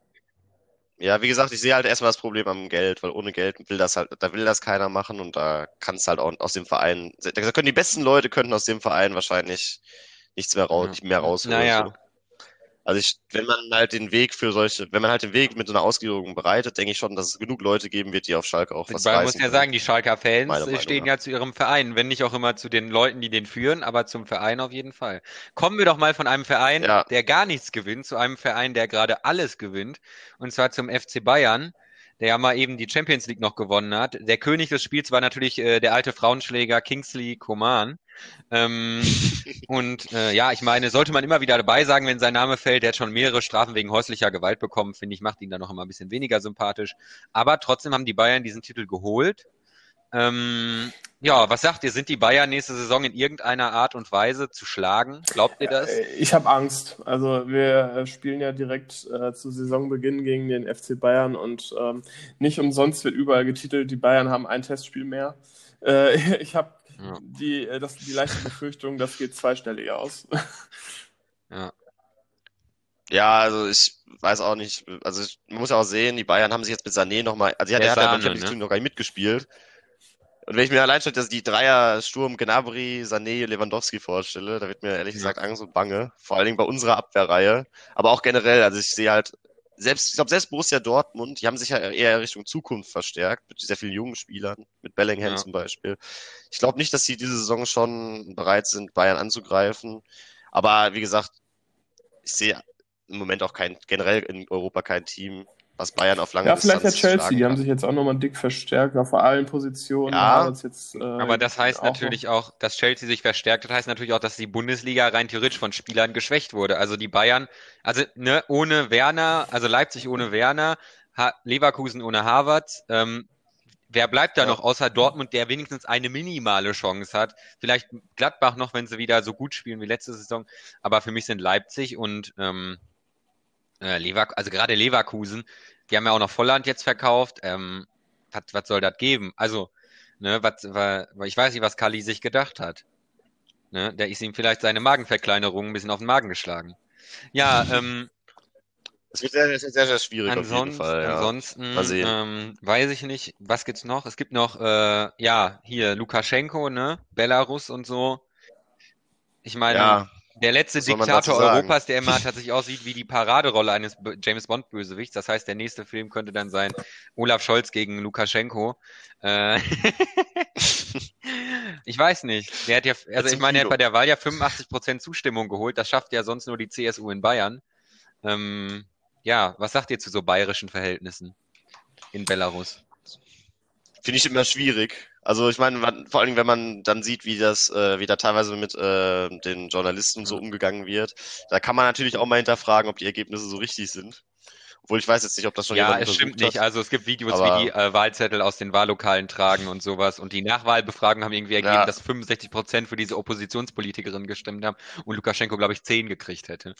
Ja, wie gesagt, ich sehe halt erstmal das Problem am Geld, weil ohne Geld da will das keiner machen und da kann es halt auch aus dem Verein, da können die besten Leute könnten aus dem Verein wahrscheinlich nicht mehr rausholen.
Naja.
So. Also wenn man halt den Weg mit so einer Ausgliederung bereitet, denke ich schon, dass es genug Leute geben wird, die auf Schalke auch was
Man
reißen
muss ja
können.
sagen, die Schalker
Meiner
Fans
Meinung
stehen
nach.
ja zu ihrem Verein, wenn nicht auch immer zu den Leuten, die den führen, aber zum Verein auf jeden Fall. Kommen wir doch mal von einem Verein,
Ja.
der gar nichts gewinnt, zu einem Verein, der gerade alles gewinnt, und zwar zum FC Bayern, der ja mal eben die Champions League noch gewonnen hat. Der König des Spiels war natürlich der alte Frauenschläger Kingsley Coman. Ich meine, sollte man immer wieder dabei sagen, wenn sein Name fällt, der hat schon mehrere Strafen wegen häuslicher Gewalt bekommen, finde ich, macht ihn dann noch immer ein bisschen weniger sympathisch. Aber trotzdem haben die Bayern diesen Titel geholt. Was sagt ihr? Sind die Bayern nächste Saison in irgendeiner Art und Weise zu schlagen? Glaubt ihr das?
Ich habe Angst. Also wir spielen ja direkt zu Saisonbeginn gegen den FC Bayern und nicht umsonst wird überall getitelt, die Bayern haben ein Testspiel mehr. Ich habe die leichte Befürchtung, das geht zweistellig aus.
Ja, also ich weiß auch nicht. Also man muss ja auch sehen, die Bayern haben sich jetzt mit Sané nochmal, also er hat ja beim Champions League noch gar nicht mitgespielt. Und wenn ich mir allein schon die Dreier-Sturm Gnabry, Sané, Lewandowski vorstelle, da wird mir ehrlich gesagt Angst und Bange. Vor allen Dingen bei unserer Abwehrreihe. Aber auch generell, also ich sehe halt, ich glaube selbst Borussia Dortmund, die haben sich ja eher Richtung Zukunft verstärkt, mit sehr vielen jungen Spielern, mit Bellingham zum Beispiel. Ich glaube nicht, dass sie diese Saison schon bereit sind, Bayern anzugreifen. Aber wie gesagt, ich sehe im Moment auch generell in Europa kein Team, was Bayern auf lange Distanz
vielleicht ja Chelsea, die haben
kann.
sich jetzt auch nochmal dick verstärkt auf allen Positionen.
Ja,
aber das heißt natürlich auch, dass Chelsea sich verstärkt hat, heißt natürlich auch, dass die Bundesliga rein theoretisch von Spielern geschwächt wurde. Also die Bayern, ohne Werner, also Leipzig ohne Werner, Leverkusen ohne Havertz, wer bleibt da noch außer Dortmund, der wenigstens eine minimale Chance hat? Vielleicht Gladbach noch, wenn sie wieder so gut spielen wie letzte Saison. Aber für mich sind Leipzig und also gerade Leverkusen, die haben ja auch noch Volland jetzt verkauft. Was soll das geben? Also, ich weiß nicht, was Kalli sich gedacht hat. Ne? Der ist ihm vielleicht seine Magenverkleinerung ein bisschen auf den Magen geschlagen. Ja,
es wird sehr, sehr, sehr schwierig auf jeden Fall. Ja.
Ansonsten
mal sehen.
Weiß ich nicht, was gibt's noch? Es gibt noch, hier Lukaschenko, ne? Belarus und so. Ich meine, der letzte Diktator Europas, der immer tatsächlich aussieht wie die Paraderolle eines James Bond-Bösewichts. Das heißt, der nächste Film könnte dann sein Olaf Scholz gegen Lukaschenko. Ich weiß nicht. Der hat ja, er hat bei der Wahl ja 85% Zustimmung geholt. Das schafft ja sonst nur die CSU in Bayern. Was sagt ihr zu so bayerischen Verhältnissen in Belarus?
Finde ich immer schwierig. Also ich meine, vor allen Dingen, wenn man dann sieht, wie da teilweise mit den Journalisten so umgegangen wird, da kann man natürlich auch mal hinterfragen, ob die Ergebnisse so richtig sind. Obwohl ich weiß jetzt nicht, ob das schon
Ja,
jemand
es stimmt
untersucht
nicht.
hat.
Also es gibt Videos, wie
Aber
die Wahlzettel aus den Wahllokalen tragen und sowas. Und die Nachwahlbefragungen haben irgendwie ergeben,
ja,
dass 65% für diese Oppositionspolitikerin gestimmt haben und Lukaschenko, glaube ich, 10 gekriegt hätte.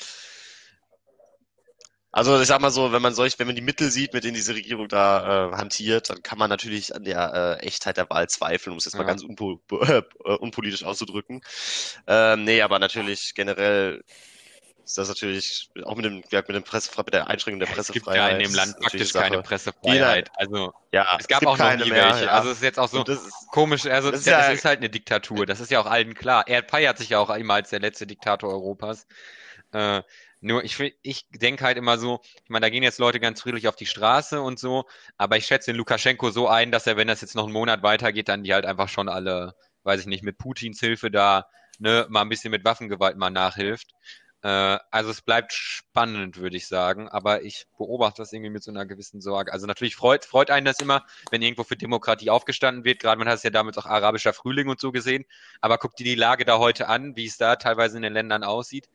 also ich sag mal so, wenn man die Mittel sieht, mit denen diese Regierung da hantiert, dann kann man natürlich an der Echtheit der Wahl zweifeln, um es jetzt mal
Ja.
ganz unpolitisch auszudrücken. Nee, aber natürlich generell ist das natürlich auch mit der Einschränkung der
Es gibt ja in
Pressefreiheit
dem Land
natürlich
praktisch
eine
keine
Sache.
Pressefreiheit. Also
Ja,
es
es
gab
gibt
auch noch
keine
nie
mehr,
welche.
ja.
Also es ist jetzt auch so
Und das ist,
komisch. Also
das ist
das
ja,
ist halt eine Diktatur. Das ist ja auch allen klar. Er feiert sich ja auch immer als der letzte Diktator Europas. Äh, nur ich denke halt immer so, ich meine, da gehen jetzt Leute ganz friedlich auf die Straße und so, aber ich schätze den Lukaschenko so ein, dass er, wenn das jetzt noch einen Monat weitergeht, dann die halt einfach schon alle, weiß ich nicht, mit Putins Hilfe da, ne, mal ein bisschen mit Waffengewalt mal nachhilft. Also es bleibt spannend, würde ich sagen, aber ich beobachte das irgendwie mit so einer gewissen Sorge. Also natürlich freut einen das immer, wenn irgendwo für Demokratie aufgestanden wird. Gerade man hat es ja damals auch arabischer Frühling und so gesehen. Aber guck dir die Lage da heute an, wie es da teilweise in den Ländern aussieht.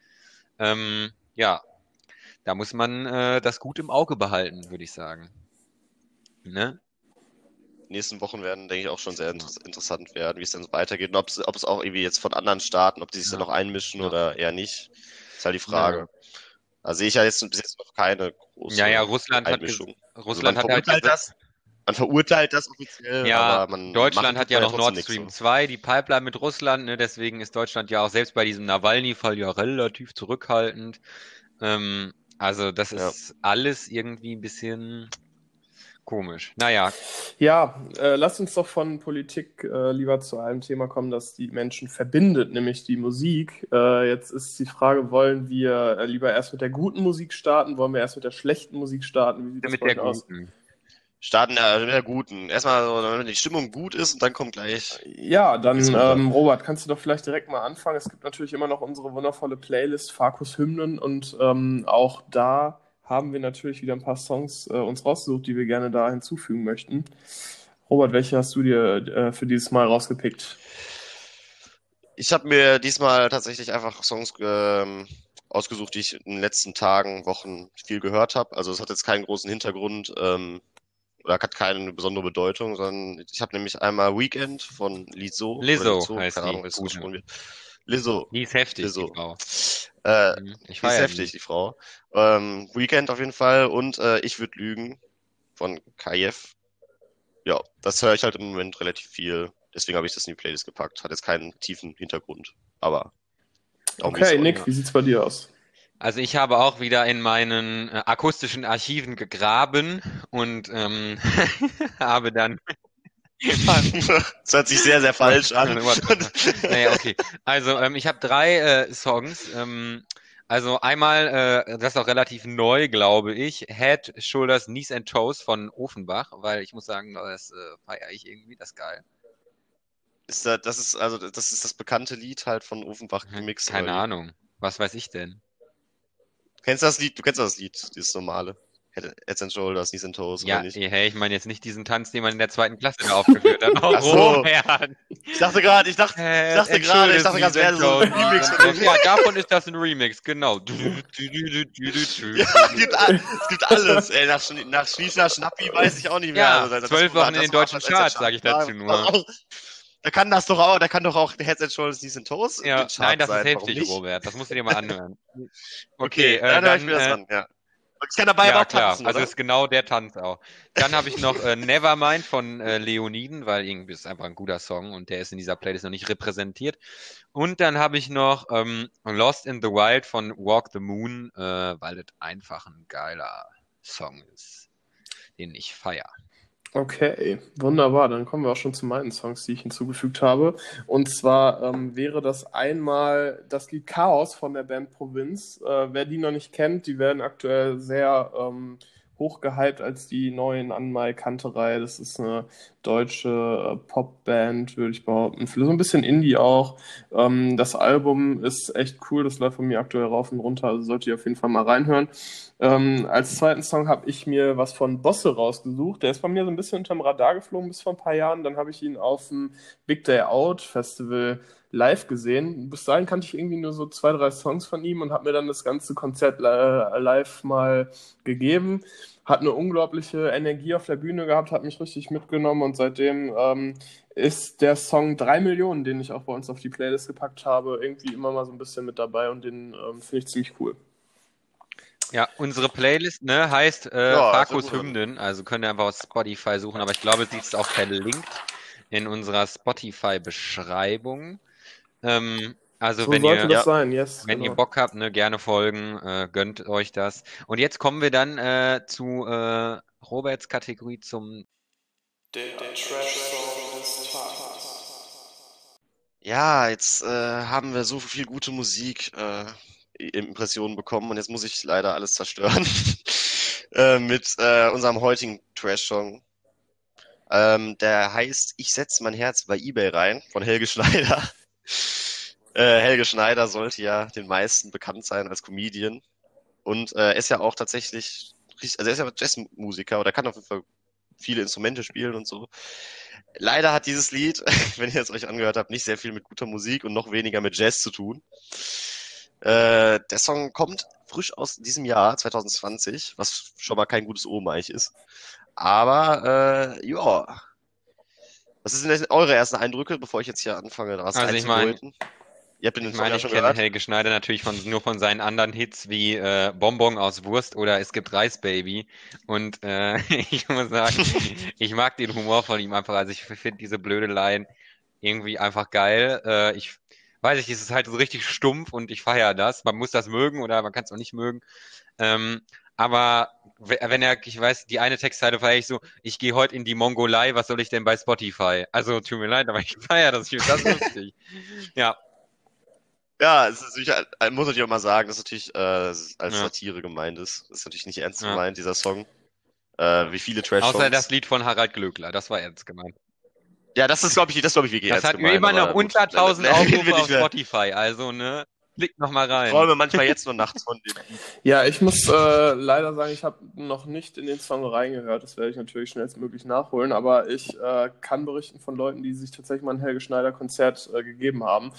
Ja, da muss man das gut im Auge behalten, würde ich sagen. Ne?
die nächsten Wochen werden, denke ich, auch schon sehr interessant werden, wie es dann so weitergeht und ob es auch irgendwie jetzt von anderen Staaten, ob die sich dann noch einmischen oder eher nicht, ist halt die Frage.
Ja.
Da sehe ich ja bis jetzt noch keine große
Ja, Russland
Einmischung.
Russland
Also
hat halt gesagt,
man verurteilt das offiziell,
ja,
aber man
Deutschland hat ja
ja
noch
trotzdem
Nord
nichts.
Stream
So.
2, die Pipeline mit Russland, ne, deswegen ist Deutschland ja auch selbst bei diesem Nawalny-Fall ja relativ zurückhaltend. Also das
Ja.
ist alles irgendwie ein bisschen komisch. Naja,
Ja, lasst uns doch von Politik lieber zu einem Thema kommen, das die Menschen verbindet, nämlich die Musik. Jetzt ist die Frage, wollen wir lieber erst mit der guten Musik starten? Wollen wir erst mit der schlechten Musik starten? Wie sieht das
mit
bei
der
euch aus?
guten.
Starten mit der guten. Erstmal so, wenn die Stimmung gut ist und dann kommt gleich.
Ja, dann
geht's runter.
Robert, kannst du doch vielleicht direkt mal anfangen. Es gibt natürlich immer noch unsere wundervolle Playlist Farkus Hymnen und auch da haben wir natürlich wieder ein paar Songs uns rausgesucht, die wir gerne da hinzufügen möchten. Robert, welche hast du dir für dieses Mal rausgepickt?
Ich habe mir diesmal tatsächlich einfach Songs ausgesucht, die ich in den letzten Tagen, Wochen viel gehört habe. Also es hat jetzt keinen großen Hintergrund oder hat keine besondere Bedeutung, sondern ich habe nämlich einmal Weekend von Lizzo.
Lizzo
oder
heißt
keine
die
Ahnung, wie es
gute.
ausgesprochen wird. Lizzo.
Die ist heftig,
Lizzo.
die Frau.
Die ist heftig, die Frau. Weekend auf jeden Fall und Ich würd lügen von Kajev. Ja, das höre ich halt im Moment relativ viel. Deswegen habe ich das in die Playlist gepackt. Hat jetzt keinen tiefen Hintergrund, aber darum geht's
Okay,
auch.
Nick, wie sieht's bei dir aus?
Also ich habe auch wieder in meinen akustischen Archiven gegraben und habe dann
Das hört sich sehr, sehr falsch an.
Naja, okay. Also ich habe 3 Songs. Also einmal, das ist auch relativ neu, glaube ich, Head, Shoulders, Knees and Toes von Ofenbach, weil ich muss sagen, das feiere ich irgendwie, das ist geil.
Das ist das bekannte Lied halt von Offenbach gemixt.
Keine Ahnung. Was weiß ich denn?
Du kennst das Lied, dieses normale. Heads and Shoulders, Knees and Toes,
Ja,
oder nicht?
hey, ich meine jetzt nicht diesen Tanz, den man in der 2. Klasse da aufgeführt hat.
Ach so. Ich dachte gerade, das wäre so ein Remix von dem.
Ja, davon ist das ein Remix, genau.
Ja, es gibt alles. Ey, nach Schießler Schnappi weiß ich auch nicht mehr.
Ja,
Also,
12 Wochen in den deutschen Charts, sage ich dazu nur.
Da kann doch auch Heads and Shoulders, Knees and Toes
Ja,
in den Charts
nein, das
sein.
ist
Warum
heftig,
nicht?
Robert. Das musst du dir mal anhören.
Okay, dann höre ich mir das an, ja. Ich kann dabei
ja,
aber auch
klar.
tanzen,
Also
oder?
ist genau der Tanz auch. Dann habe ich noch Nevermind von Leoniden, weil irgendwie ist einfach ein guter Song und der ist in dieser Playlist noch nicht repräsentiert. Und dann habe ich noch Lost in the Wild von Walk the Moon, weil das einfach ein geiler Song ist, den ich feiere.
Okay, wunderbar. Dann kommen wir auch schon zu meinen Songs, die ich hinzugefügt habe. Und zwar wäre das einmal das Lied Chaos von der Band Provinz. Wer die noch nicht kennt, die werden aktuell sehr hochgehypt als die neuen Anmai-Kanterei. Das ist eine deutsche Popband, würde ich behaupten. So ein bisschen Indie auch. Das Album ist echt cool. Das läuft von mir aktuell rauf und runter. Also solltet ihr auf jeden Fall mal reinhören. Als zweiten Song habe ich mir was von Bosse rausgesucht. Der ist bei mir so ein bisschen unterm Radar geflogen bis vor ein paar Jahren. Dann habe ich ihn auf dem Big Day Out Festival live gesehen. Bis dahin kannte ich irgendwie nur so 2, 3 Songs von ihm und habe mir dann das ganze Konzert live mal gegeben. Hat eine unglaubliche Energie auf der Bühne gehabt, hat mich richtig mitgenommen und seitdem ist der Song 3 Millionen, den ich auch bei uns auf die Playlist gepackt habe, irgendwie immer mal so ein bisschen mit dabei und den finde ich ziemlich cool.
Ja, unsere Playlist heißt
Ja,
Farkos
sehr gut.
Hymnen, also könnt ihr einfach auf Spotify suchen, aber ich glaube, sie ist auch verlinkt in unserer Spotify-Beschreibung. Also
So
wenn
sollte
ihr,
das sein, yes,
wenn ihr
genau.
Bock habt, gerne folgen, gönnt euch das. Und jetzt kommen wir dann zu Roberts Kategorie zum
Der Trash-Song des Tages.
Ja, jetzt haben wir so viel gute Musik Impressionen bekommen und jetzt muss ich leider alles zerstören mit unserem heutigen Trash-Song. Der heißt Ich setz mein Herz bei eBay rein von Helge Schneider. Helge Schneider sollte ja den meisten bekannt sein als Comedian und ist ja auch tatsächlich, also er ist ja Jazzmusiker oder kann auf jeden Fall viele Instrumente spielen und so. Leider hat dieses Lied, wenn ihr es euch angehört habt, nicht sehr viel mit guter Musik und noch weniger mit Jazz zu tun. Der Song kommt frisch aus diesem Jahr, 2020, was schon mal kein gutes Omen eigentlich ist. Aber, ja. Was sind denn eure ersten Eindrücke, bevor ich jetzt hier anfange, das
Also ich meine,
einzudeuten? Ihr habt den Song ja
ich
schon
kenne
gehört.
Helge Schneider natürlich nur von seinen anderen Hits wie Bonbon aus Wurst oder Es gibt Reis, Baby. Und ich muss sagen, ich mag den Humor von ihm einfach. Also ich finde diese Blödeleien irgendwie einfach geil. Ich weiß nicht, es ist halt so richtig stumpf und ich feiere das. Man muss das mögen oder man kann es auch nicht mögen. Aber wenn ich weiß, die eine Textzeile feiere ich so, ich gehe heute in die Mongolei, was soll ich denn bei Spotify? Also tut mir leid, aber ich feiere das, ich finde das lustig. Ja.
Ja, es ist natürlich, muss natürlich auch mal sagen, dass natürlich als
Ja.
Satire gemeint ist. Das ist natürlich nicht ernst
Ja.
gemeint, dieser Song. Wie viele
Außer
Trash-Songs.
das Lied von Harald Glöckler, das war ernst gemeint.
Ja, das ist, glaube ich, wirklich
Das
ernst
hat
gemeint.
immer noch
aber gut.
unter 1000
Reden wir
Aufrufe
nicht
auf
mehr.
Spotify, also klickt noch mal
Ich
rein.
träume manchmal jetzt nur nachts von dem Lied.
Ja, ich muss leider sagen, ich habe noch nicht in den Song reingehört. Das werde ich natürlich schnellstmöglich nachholen. Aber ich kann berichten von Leuten, die sich tatsächlich mal ein Helge Schneider-Konzert gegeben haben.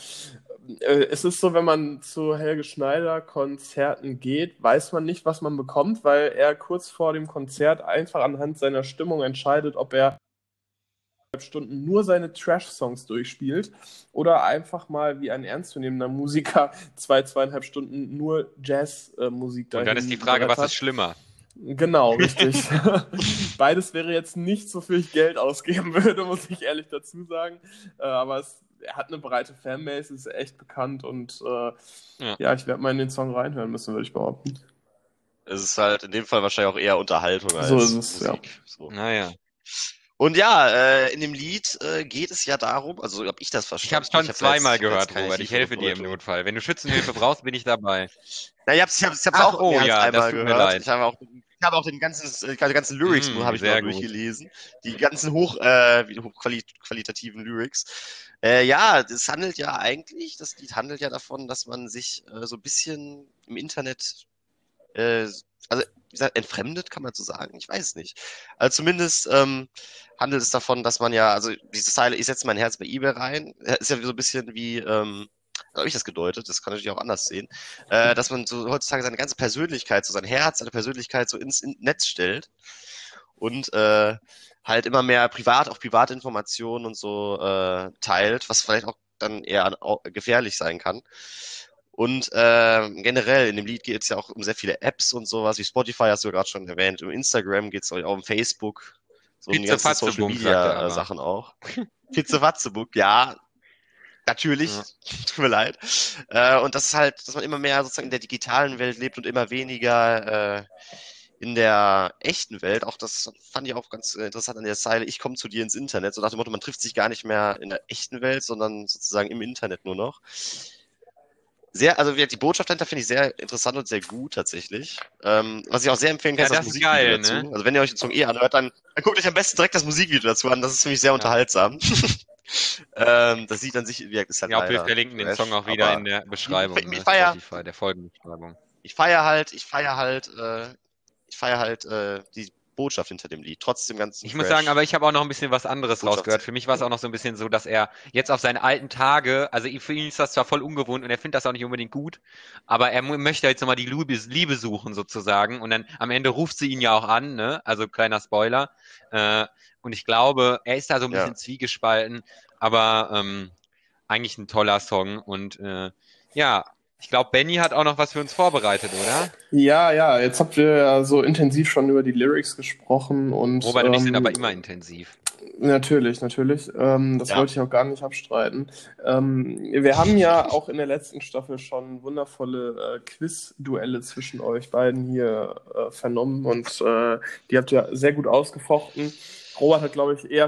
Es ist so, wenn man zu Helge Schneider-Konzerten geht, weiß man nicht, was man bekommt, weil er kurz vor dem Konzert einfach anhand seiner Stimmung entscheidet, ob er Stunden nur seine Trash-Songs durchspielt oder einfach mal wie ein ernstzunehmender Musiker 2,5 Stunden nur Jazz-Musik
Und dann ist die Frage, was ist
brettert.
schlimmer?
Genau, richtig. Beides wäre jetzt nicht so viel ich Geld ausgeben würde, muss ich ehrlich dazu sagen. Aber er hat eine breite Fanbase, ist echt bekannt und ja, ich werde mal in den Song reinhören müssen, würde ich behaupten.
Es ist halt in dem Fall wahrscheinlich auch eher Unterhaltung als
So ist es, ja.
Musik. So.
Naja.
Und ja, in dem Lied geht es ja darum, also habe ich das
Ich
verstanden.
habe es schon
hab
zweimal
jetzt
gehört,
keine
Robert. Ich
tiefere
helfe dir im
Bedeutung.
Notfall. Wenn du Schützenhilfe brauchst, bin ich dabei.
Na, ich hab's
Ach,
auch
oh
mehr als
ja, das
einmal
tut mir
gehört.
leid.
Ich habe auch die ganzen Lyrics habe ich
sehr
mal
gut.
durchgelesen. Die ganzen hochqualitativen Lyrics. Ja, das Lied handelt ja davon, dass man sich so ein bisschen im Internet, also wie gesagt, entfremdet, kann man so sagen. Ich weiß es nicht. Also zumindest handelt es davon, dass man ja, also diese Zeile, ich setze mein Herz bei eBay rein, ist ja so ein bisschen wie, habe ich das gedeutet, das kann ich natürlich auch anders sehen, dass man so heutzutage seine ganze Persönlichkeit, so sein Herz, seine Persönlichkeit so ins Netz stellt und halt immer mehr private Informationen und so teilt, was vielleicht auch dann eher gefährlich sein kann. Und generell in dem Lied geht es ja auch um sehr viele Apps und sowas, wie Spotify hast du ja gerade schon erwähnt, um Instagram geht es auch um Facebook, so um die ganzen Social
Pizza-Fatze-Bunk, sagt er
Media
aber.
Sachen auch. Pizza-Fatze-Bunk, ja, natürlich,
Ja.
tut mir leid. Und das ist halt, dass man immer mehr sozusagen in der digitalen Welt lebt und immer weniger in der echten Welt. Auch das fand ich auch ganz interessant an der Zeile, ich komme zu dir ins Internet. So nach dem Motto, man trifft sich gar nicht mehr in der echten Welt, sondern sozusagen im Internet nur noch. Also die Botschaft dahinter finde ich sehr interessant und sehr gut tatsächlich. Was ich auch sehr empfehlen kann,
Ja,
ist das
das ist
Musikvideo
geil,
dazu.
ne?
Also wenn ihr euch den Song anhört, dann guckt euch am besten direkt das Musikvideo dazu an. Das ist nämlich sehr unterhaltsam. Das sieht an sich, ist halt
Ja, wir
leider
verlinken den
Trash,
Song auch wieder
aber
in der Beschreibung,
ich feier-
Spotify, der Folgenbeschreibung.
ich feiere halt die Botschaft hinter dem Lied, trotz dem ganzen
Ich muss
Trash.
sagen, aber ich habe auch noch ein bisschen was anderes
Botschaft.
rausgehört. Für mich war es auch noch so ein bisschen so, dass er jetzt auf seine alten Tage, also für ihn ist das zwar voll ungewohnt und er findet das auch nicht unbedingt gut, aber er möchte jetzt nochmal die Liebe suchen sozusagen und dann am Ende ruft sie ihn ja auch an, ne? Also kleiner Spoiler. Und ich glaube, er ist da so ein bisschen zwiegespalten, aber eigentlich ein toller Song und ja, ich glaube, Benny hat auch noch was für uns vorbereitet, oder?
Ja, jetzt habt ihr ja so intensiv schon über die Lyrics gesprochen und
Robert und ich sind aber immer intensiv.
Natürlich. Das wollte ich auch gar nicht abstreiten. Wir haben ja auch in der letzten Staffel schon wundervolle Quiz-Duelle zwischen euch beiden hier vernommen und die habt ihr sehr gut ausgefochten. Robert hat, glaube ich, eher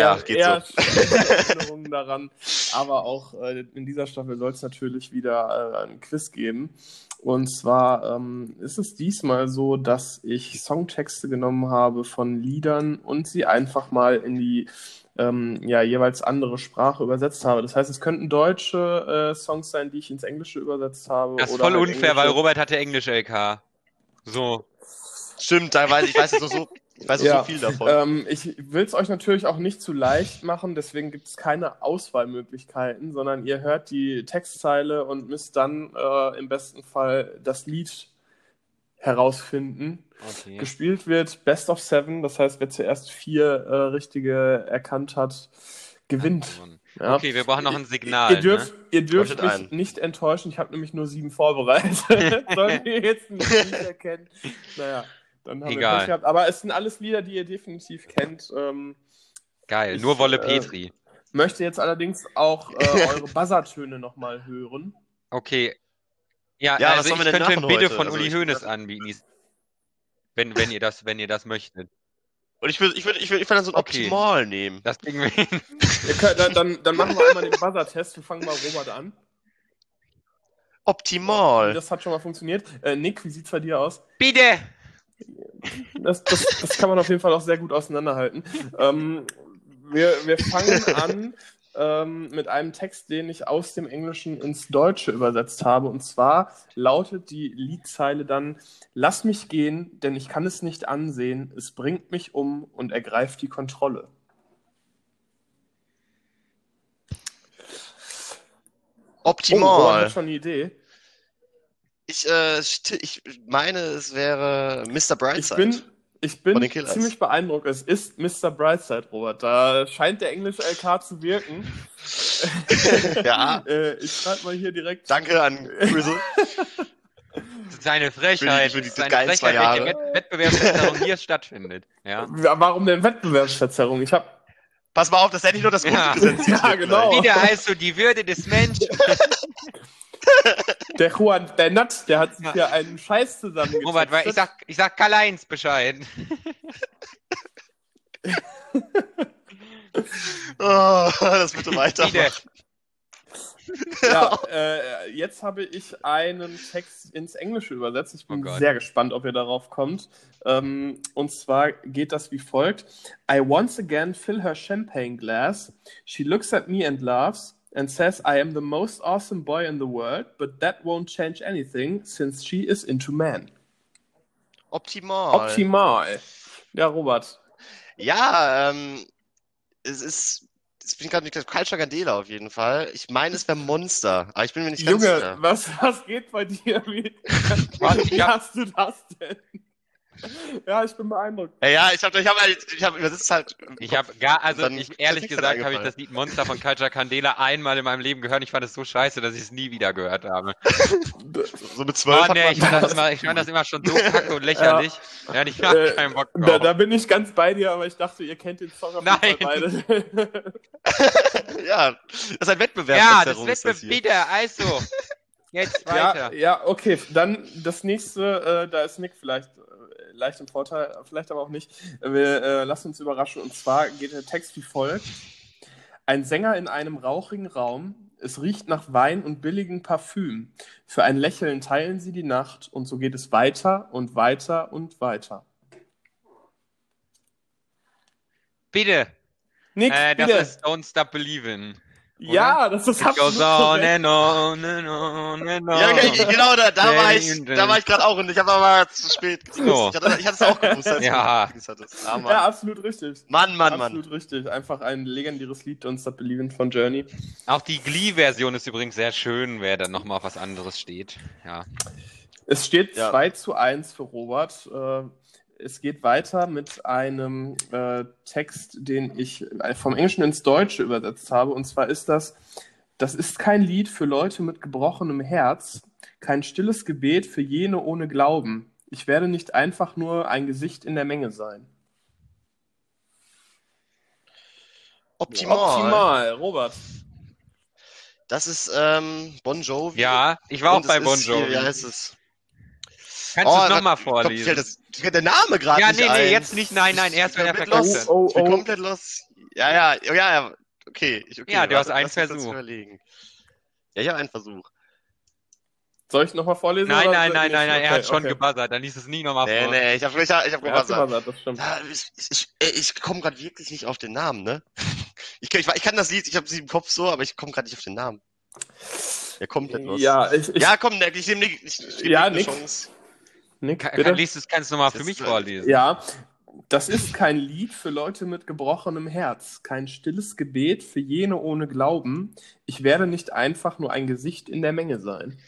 Erinnerungen daran, aber auch in dieser Staffel soll es natürlich wieder ein Quiz geben. Und zwar ist es diesmal so, dass ich Songtexte genommen habe von Liedern und sie einfach mal in die jeweils andere Sprache übersetzt habe. Das heißt, es könnten deutsche Songs sein, die ich ins Englische übersetzt habe.
Das ist
oder
voll
halt
unfair, weil Robert hatte Englisch-LK. So.
Stimmt, ich weiß so viel davon.
Ich will es euch natürlich auch nicht zu leicht machen, deswegen gibt es keine Auswahlmöglichkeiten, sondern ihr hört die Textzeile und müsst dann im besten Fall das Lied herausfinden.
Okay.
Gespielt wird Best of 7, das heißt, wer zuerst 4 richtige erkannt hat, gewinnt. Ja.
Okay, wir brauchen noch ein Signal.
Ihr dürft mich nicht enttäuschen, ich habe nämlich nur 7 vorbereitet. Solltet ihr jetzt nicht erkennen. Naja. Dann haben wir Pech gehabt. Aber es sind alles Lieder, die ihr definitiv kennt.
Geil, nur Wolle Petri.
Möchte jetzt allerdings auch eure Buzzertöne nochmal hören.
Okay. Ja, also ich könnte ein Bitte von Uli Hoeneß anbieten, wenn ihr das möchtet.
Und ich würde dann so ein Optimal nehmen.
Das kriegen wir hin.
Dann machen wir einmal den Buzzer-Test. Wir fangen mal Robert an.
Optimal.
Das hat schon mal funktioniert. Nick, wie sieht's bei dir aus?
Bitte!
Das kann man auf jeden Fall auch sehr gut auseinanderhalten. Wir fangen an mit einem Text, den ich aus dem Englischen ins Deutsche übersetzt habe. Und zwar lautet die Liedzeile dann: Lass mich gehen, denn ich kann es nicht ansehen. Es bringt mich um und ergreift die Kontrolle.
Optimal.
Robert hat schon eine Idee.
Ich meine, es wäre Mr. Brightside.
Ich bin ziemlich beeindruckt. Es ist Mr. Brightside, Robert. Da scheint der englische LK zu wirken.
Ja.
Ich schreibe mal hier direkt.
Danke an Grizzle.
Seine Frechheit.
Für die geilen 2
Jahre. Welche Wettbewerbsverzerrung hier stattfindet. Ja.
Warum denn Wettbewerbsverzerrung?
Pass mal auf, das ist ja nicht nur das Grundgesetz.
Ja, genau.
Wieder also die Würde des Menschen.
Der Juan Bernat, der hat sich hier einen Scheiß zusammengesetzt.
Robert, weil ich sag Karl-Heinz Bescheid.
Das bitte weitermachen.
Ja, jetzt habe ich einen Text ins Englische übersetzt. Ich bin sehr gespannt, ob ihr darauf kommt. Und zwar geht das wie folgt. I once again fill her champagne glass. She looks at me and laughs and says I am the most awesome boy in the world, but that won't change anything since she is into man. Optimal. Ja, Robert.
Ja, ich bin gerade mit Culture Candela auf jeden Fall. Ich meine, es wäre Monster, aber ich bin mir nicht ganz sicher.
Junge, was geht bei dir? Wie hast du das denn? Ja, ich bin beeindruckt.
Ja, ich habe übersetzt halt.
Ehrlich gesagt habe ich das Lied Monster von Culture Candela einmal in meinem Leben gehört. Ich fand es so scheiße, dass ich es nie wieder gehört habe.
So mit 12
ich fand das immer schon so kacke und lächerlich. Ja, ich habe keinen Bock drauf.
Da bin ich ganz bei dir, aber ich dachte, ihr kennt den Song auf jeden Fall beide.
Ja, das ist ein Wettbewerb.
Ja, das Wettbewerb, bitte, also. Jetzt weiter.
Ja, okay, dann das nächste, da ist Nick vielleicht leicht im Vorteil, vielleicht aber auch nicht. Wir lassen uns überraschen. Und zwar geht der Text wie folgt. Ein Sänger in einem rauchigen Raum. Es riecht nach Wein und billigem Parfüm. Für ein Lächeln teilen sie die Nacht. Und so geht es weiter und weiter und weiter.
Bitte.
Nick, bitte.
Das ist Don't Stop Believin'.
Ja, das ist
It goes
absolut
on
korrekt.
and on and on and on.
Ja, okay, genau, da war ich
Change.
gerade auch und ich habe aber zu spät
So.
Ich hatte es auch gewusst, als
Ja.
du es hattest. Ah,
Ja,
Mann.
absolut richtig.
Mann.
Absolut richtig. Einfach ein legendäres Lied, Don't Stop Believin' von Journey.
Auch die Glee-Version ist übrigens sehr schön, wer dann nochmal auf was anderes steht. Ja.
Es steht
Ja.
2:1 für Robert. Es geht weiter mit einem Text, den ich vom Englischen ins Deutsche übersetzt habe. Und zwar ist das ist kein Lied für Leute mit gebrochenem Herz, kein stilles Gebet für jene ohne Glauben. Ich werde nicht einfach nur ein Gesicht in der Menge sein. Optimal, Robert.
Das ist Bon Jovi.
Ja, ich war auch
Und
bei
es
Bon
ist hier,
Jovi.
Wie heißt es?
Kannst du es nochmal
Ich glaub,
vorlesen?
fällt der Name gerade
Ja,
nicht
nee,
ein.
jetzt nicht. Nein, erst wenn er
komplett
verkackt
los.
hat.
Oh,
Ich bin komplett los. Ja. Okay.
Ja, du hast einen
lass mich kurz
Versuch.
überlegen. Ja, ich habe einen Versuch.
Soll ich nochmal vorlesen?
Nein,
oder
nein,
nicht?
er hat schon
Okay.
gebuzzert. Dann liest es nie nochmal vor.
Nee, ich hab
Er hat
gebuzzert.
gebuzzert, das stimmt.
Ja, ich komme gerade wirklich nicht auf den Namen, ne? Ich kann das Lied, ich habe sie im Kopf so, aber ich komme gerade nicht auf den Namen. Ja, komplett los.
Ja,
Ja, komm, ich nehme Nick
Ja,
eine
Nick.
Chance.
Nick, bitte?
Kannst du nochmal für
Das
mich
ist-
vorlesen?
Ja, das ist kein Lied für Leute mit gebrochenem Herz, kein stilles Gebet für jene ohne Glauben. Ich werde nicht einfach nur ein Gesicht in der Menge sein.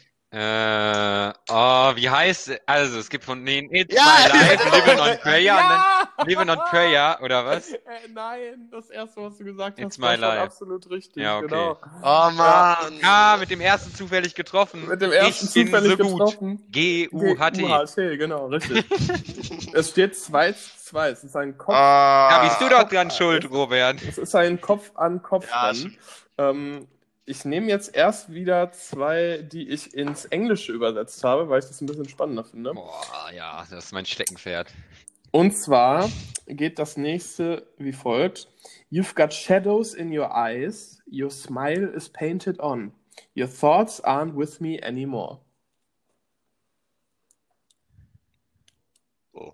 Wie heißt, also es gibt von denen It's
Ja,
My Life,
genau.
Living on Prayer,
Ja!
und dann Living on Prayer, oder was?
Nein, das erste, was du gesagt
It's
hast,
my
war schon
life.
absolut richtig.
Ja, okay.
Genau.
Oh Mann.
Ah, mit dem ersten zufällig getroffen.
Mit dem ersten
Ich bin
zufällig
so gut.
getroffen.
G-U-H-T.
UHT, genau, richtig. Es steht 2:2. Es ist ein Kopf.
Da bist du doch dran schuld, Robert.
Es ist ein Kopf-an-Kopf-Rennen. Ich nehme jetzt erst wieder 2, die ich ins Englische übersetzt habe, weil ich das ein bisschen spannender finde.
Boah, ja, das ist mein Steckenpferd.
Und zwar geht das nächste wie folgt. You've got shadows in your eyes. Your smile is painted on. Your thoughts aren't with me anymore.
Oh.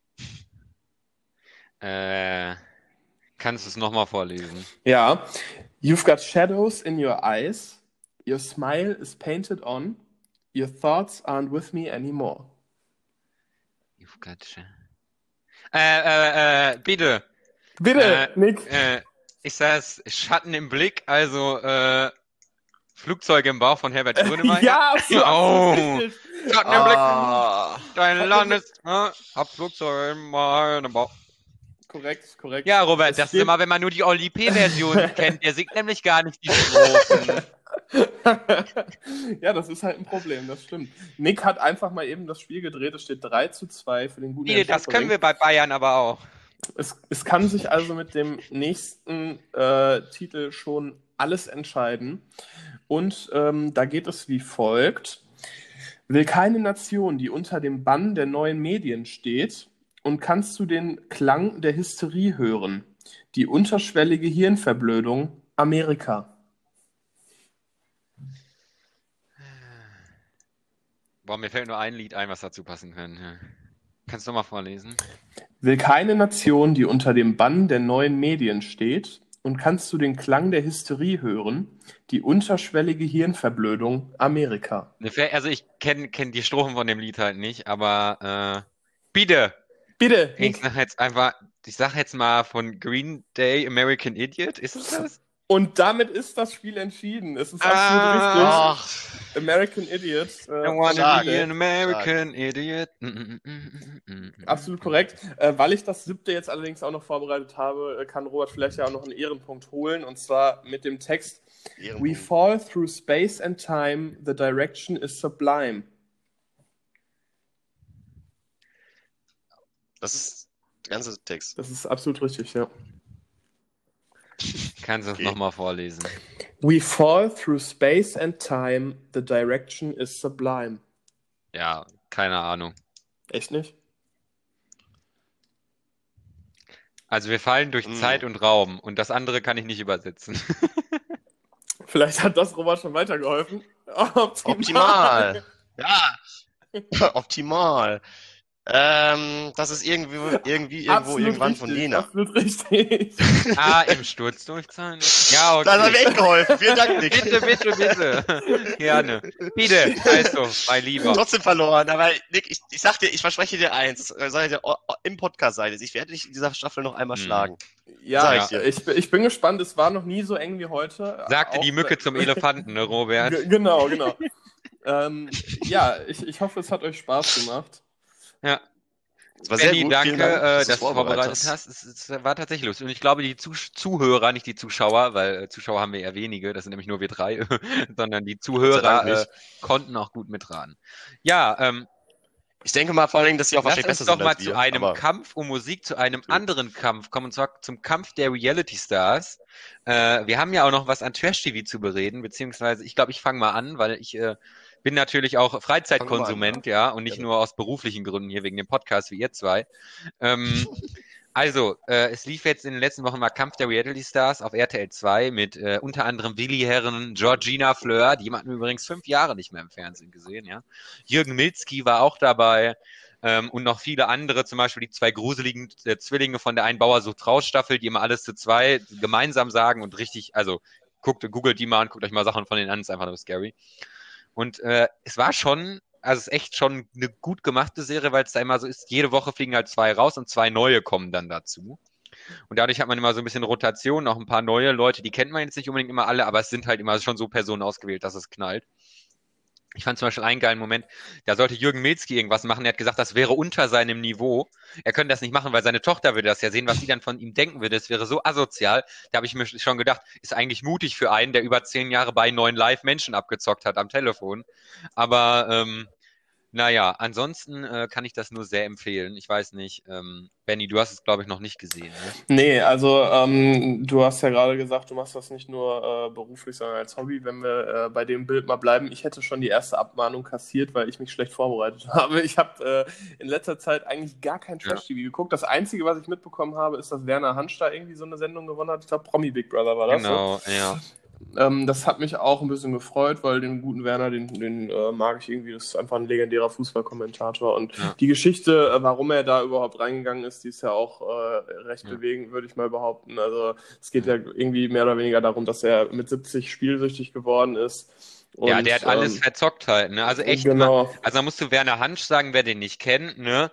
Kannst du es nochmal vorlesen?
Ja. You've got shadows in your eyes. Your smile is painted on. Your thoughts aren't with me anymore.
You've got bitte.
Bitte, Nick.
Ich sag's, Schatten im Blick, also Flugzeuge im Bauch von Herbert Grönemeyer.
Ja, absolut
Oh.
richtig.
Schatten im Blick,
Ah.
dein Land ist, hab Flugzeuge im Bauch.
Korrekt.
Ja, Robert,
Es
das ist
steht-
immer, wenn man nur die Oli P-Version kennt, der singt nämlich gar nicht die Strophen.
Ja, das ist halt ein Problem, das stimmt. Nick hat einfach mal eben das Spiel gedreht, es steht 3:2 für den guten
Nee,
Herrn
das können
Schäferling.
wir bei Bayern aber auch.
Es kann sich also mit dem nächsten Titel schon alles entscheiden. Und da geht es wie folgt. Will keine Nation, die unter dem Bann der neuen Medien steht, und kannst du den Klang der Hysterie hören? Die unterschwellige Hirnverblödung Amerika.
Boah, mir fällt nur ein Lied ein, was dazu passen könnte. Ja. Kannst du mal vorlesen?
Will keine Nation, die unter dem Bann der neuen Medien steht, und kannst du den Klang der Hysterie hören? Die unterschwellige Hirnverblödung Amerika.
Also ich kenn die Strophen von dem Lied halt nicht, aber bitte.
Bitte,
Ich
Nick.
sag jetzt mal von Green Day American Idiot. Ist es das?
Und damit ist das Spiel entschieden. Es ist absolut richtig.
Ach,
American Idiot.
I wanna
stark,
be an American Idiot.
Absolut korrekt. Weil ich das 7. jetzt allerdings auch noch vorbereitet habe, kann Robert vielleicht ja auch noch einen Ehrenpunkt holen. Und zwar mit dem Text: We fall through space and time, the direction is sublime.
Das ist der ganze Text.
Das ist absolut richtig, ja.
Kannst du es
Okay.
nochmal vorlesen?
We fall through space and time, the direction is sublime.
Ja, keine Ahnung.
Echt nicht?
Also wir fallen durch Zeit und Raum und das andere kann ich nicht übersetzen.
Vielleicht hat das Robert schon weitergeholfen.
Optimal. Ja. Optimal. Das ist irgendwo,
Absolut
irgendwann von
richtig,
Jena.
absolut richtig.
Im Sturz durchzahlen. Ja,
Das hat
okay.
mir echt geholfen. Vielen Dank, Nick.
Bitte. Gerne. Bitte. Also, mein Lieber.
Trotzdem verloren, aber Nick, ich sag dir, ich verspreche dir eins, das soll dir im Podcast sein, ich werde dich in dieser Staffel noch einmal schlagen.
Ja,
Sag ich dir.
ich bin gespannt, es war noch nie so eng wie heute.
Sagte die
Auch-
Mücke zum Elefanten, ne, Robert?
Genau. Ja, ich hoffe, es hat euch Spaß gemacht.
Ja.
Das war sehr
Benni,
gut,
danke,
vielen Dank,
dass
du's
du vorbereitet hast. Es war tatsächlich lustig. Und ich glaube, die Zuhörer, nicht die Zuschauer, weil Zuschauer haben wir eher wenige, das sind nämlich nur wir drei, sondern die
Gott sei Dank
Zuhörer
nicht.
konnten auch gut mitraten. Ja,
Ich denke mal vor allen Dingen, dass sie auch
lass
wahrscheinlich
uns
besser
doch
sind
mal
als
zu
wir,
einem
aber
Kampf um Musik, zu einem
Entschuldigung.
anderen Kampf kommen, und zwar zum Kampf der Reality Stars. Wir haben ja auch noch was an Trash-TV zu bereden, beziehungsweise ich glaube, ich fange mal an, weil ich bin natürlich auch Freizeitkonsument,
Fang
ja, und nicht
Gerne.
nur aus beruflichen Gründen hier wegen dem Podcast wie ihr zwei. Also, es lief jetzt in den letzten Wochen mal Kampf der Reality Stars auf RTL 2 mit unter anderem Willi Herren, Georgina Fleur, die hatten wir übrigens 5 Jahre nicht mehr im Fernsehen gesehen, ja. Jürgen Milzki war auch dabei und noch viele andere, zum Beispiel die 2 gruseligen Zwillinge von der Ein Bauer sucht Raus Staffel, die immer alles zu 2 gemeinsam sagen und richtig, also googelt die mal an, guckt euch mal Sachen von denen an, ist einfach nur scary. Und es war schon, also es ist echt schon eine gut gemachte Serie, weil es da immer so ist, jede Woche fliegen halt 2 raus und 2 neue kommen dann dazu. Und dadurch hat man immer so ein bisschen Rotation, auch ein paar neue Leute, die kennt man jetzt nicht unbedingt immer alle, aber es sind halt immer schon so Personen ausgewählt, dass es knallt. Ich fand zum Beispiel einen geilen Moment, da sollte Jürgen Milzki irgendwas machen, er hat gesagt, das wäre unter seinem Niveau. Er könnte das nicht machen, weil seine Tochter würde das ja sehen, was sie dann von ihm denken würde. Es wäre so asozial. Da habe ich mir schon gedacht, ist eigentlich mutig für einen, der über 10 Jahre bei 9 Live-Menschen abgezockt hat am Telefon. Aber naja, ansonsten kann ich das nur sehr empfehlen. Ich weiß nicht, Benni, du hast es, glaube ich, noch nicht gesehen, ne?
Nee, also du hast ja gerade gesagt, du machst das nicht nur beruflich, sondern als Hobby. Wenn wir bei dem Bild mal bleiben, ich hätte schon die erste Abmahnung kassiert, weil ich mich schlecht vorbereitet habe. Ich habe in letzter Zeit eigentlich gar kein
Ja.
Trash-TV geguckt. Das Einzige, was ich mitbekommen habe, ist, dass Werner Hansch da irgendwie so eine Sendung gewonnen hat. Ich glaube, Promi Big Brother war das.
Genau, ja.
Das hat mich auch ein bisschen gefreut, weil den guten Werner, den mag ich irgendwie. Das ist einfach ein legendärer Fußballkommentator. Und
Ja.
die Geschichte, warum er da überhaupt reingegangen ist, die ist ja auch recht
Ja.
bewegend, würde ich mal behaupten. Also es geht ja irgendwie mehr oder weniger darum, dass er mit 70 spielsüchtig geworden ist. Und,
Ja, der hat alles verzockt halt, ne? Also echt
genau.
immer, also da musst du Werner Hansch sagen, wer den nicht kennt, ne?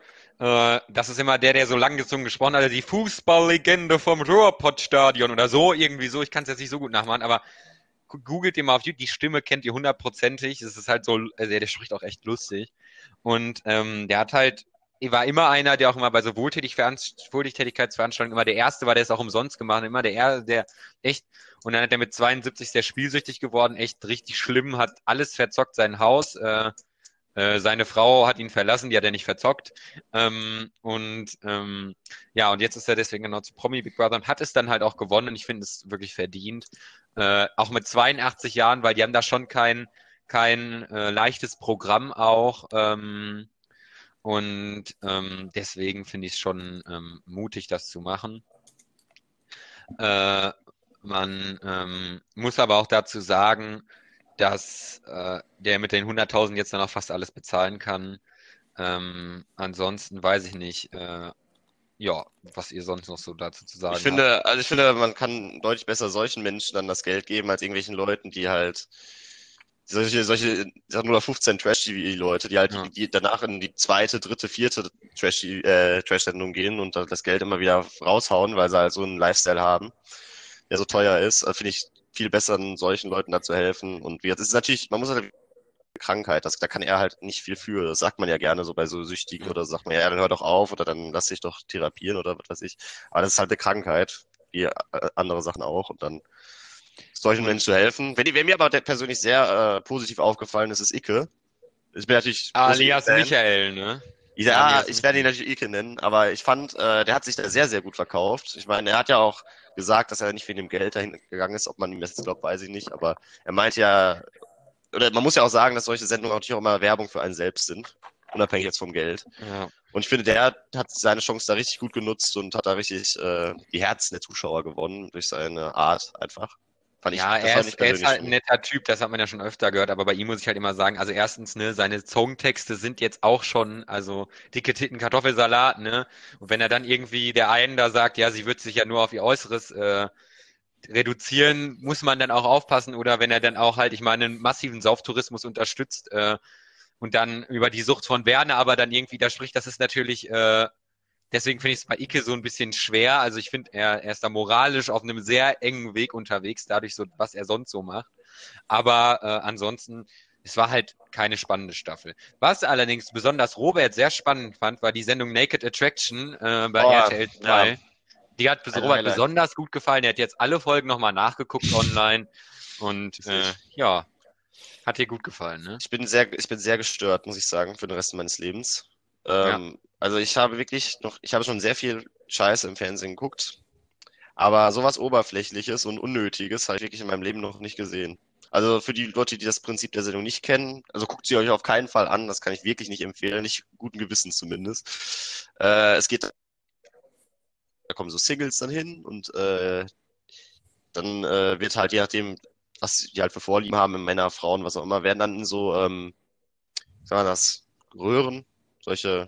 Das ist immer der so langgezogen gesprochen hat, also die Fußballlegende vom Ruhrpottstadion oder so, irgendwie so. Ich kann es jetzt nicht so gut nachmachen, aber googelt ihr mal auf YouTube, die Stimme kennt ihr hundertprozentig. Es ist halt so, also der spricht auch echt lustig. Und der hat halt, war immer einer, der auch immer bei so Wohltätigkeitsveranstaltungen immer der Erste war, der es auch umsonst gemacht hat, immer der echt, und dann hat er mit 72 sehr spielsüchtig geworden, echt richtig schlimm, hat alles verzockt, sein Haus, seine Frau hat ihn verlassen, die hat er nicht verzockt. Ja, und jetzt ist er deswegen genau zu Promi Big Brother und hat es dann halt auch gewonnen. Und ich finde es wirklich verdient. Auch mit 82 Jahren, weil die haben da schon kein leichtes Programm auch. Deswegen finde ich es schon mutig, das zu machen. Man muss aber auch dazu sagen, dass der mit den 100.000 jetzt dann auch fast alles bezahlen kann. Ansonsten weiß ich nicht, ja, was ihr sonst noch so dazu zu sagen
Ich
habt.
finde, man kann deutlich besser solchen Menschen dann das Geld geben, als irgendwelchen Leuten, die halt solche, ich sag nur 15 Trash-TV-Leute, die halt
Ja.
die danach in die zweite, dritte, vierte Trash-Sendung gehen und das Geld immer wieder raushauen, weil sie halt so einen Lifestyle haben, der so teuer ist. Also finde ich viel besser, solchen Leuten da zu helfen. Und wie jetzt ist es natürlich, man muss halt Krankheit, da kann er halt nicht viel für. Das sagt man ja gerne so bei so Süchtigen oder sagt man ja, dann hör doch auf oder dann lass dich doch therapieren oder was weiß ich. Aber das ist halt eine Krankheit, wie andere Sachen auch und dann solchen Menschen zu helfen. Wer mir aber persönlich sehr positiv aufgefallen ist, ist Icke. Ich bin natürlich
Alias
Fan.
Michael, ne?
Ja,
Alias
ich werde ihn natürlich Icke nennen, aber ich fand, der hat sich da sehr, sehr gut verkauft. Ich meine, er hat ja auch gesagt, dass er nicht wegen dem Geld dahin gegangen ist. Ob man ihm das jetzt glaubt, weiß ich nicht. Aber er meinte ja, oder man muss ja auch sagen, dass solche Sendungen natürlich auch immer Werbung für einen selbst sind, unabhängig jetzt vom Geld.
Ja.
Und ich finde, der hat seine Chance da richtig gut genutzt und hat da richtig die Herzen der Zuschauer gewonnen durch seine Art einfach.
Ja,
Das
er
fand ich
ist
persönlich
halt ein
schlimm.
netter Typ, das hat man ja schon öfter gehört, aber bei ihm muss ich halt immer sagen, also erstens, ne, seine Songtexte sind jetzt auch schon, also dicke Titten Kartoffelsalat, ne? Und wenn er dann irgendwie der einen da sagt, ja, sie wird sich ja nur auf ihr Äußeres reduzieren, muss man dann auch aufpassen, oder wenn er dann auch halt, ich meine, einen massiven Sauftourismus unterstützt und dann über die Sucht von Werner aber dann irgendwie da spricht, das ist natürlich deswegen finde ich es bei Icke so ein bisschen schwer. Also ich finde, er ist da moralisch auf einem sehr engen Weg unterwegs, dadurch so, was er sonst so macht. Aber ansonsten, es war halt keine spannende Staffel. Was allerdings besonders Robert sehr spannend fand, war die Sendung Naked Attraction bei
Oh,
RTL
ja,
2. Die hat
ein
Robert
Highlight.
besonders gut gefallen. Er hat jetzt alle Folgen nochmal nachgeguckt online. Und ja, hat dir gut gefallen, ne?
Ich bin sehr gestört, muss ich sagen, für den Rest meines Lebens.
Ja.
Also ich habe schon sehr viel Scheiße im Fernsehen geguckt, aber sowas Oberflächliches und Unnötiges habe ich wirklich in meinem Leben noch nicht gesehen. Also für die Leute, die das Prinzip der Sendung nicht kennen, also guckt sie euch auf keinen Fall an, das kann ich wirklich nicht empfehlen, nicht guten Gewissens zumindest. Es geht, da kommen so Singles dann hin und dann wird halt je nachdem, was die halt für Vorlieben haben, Männer, Frauen, was auch immer, werden dann in so, wie sagen wir das, Röhren, solche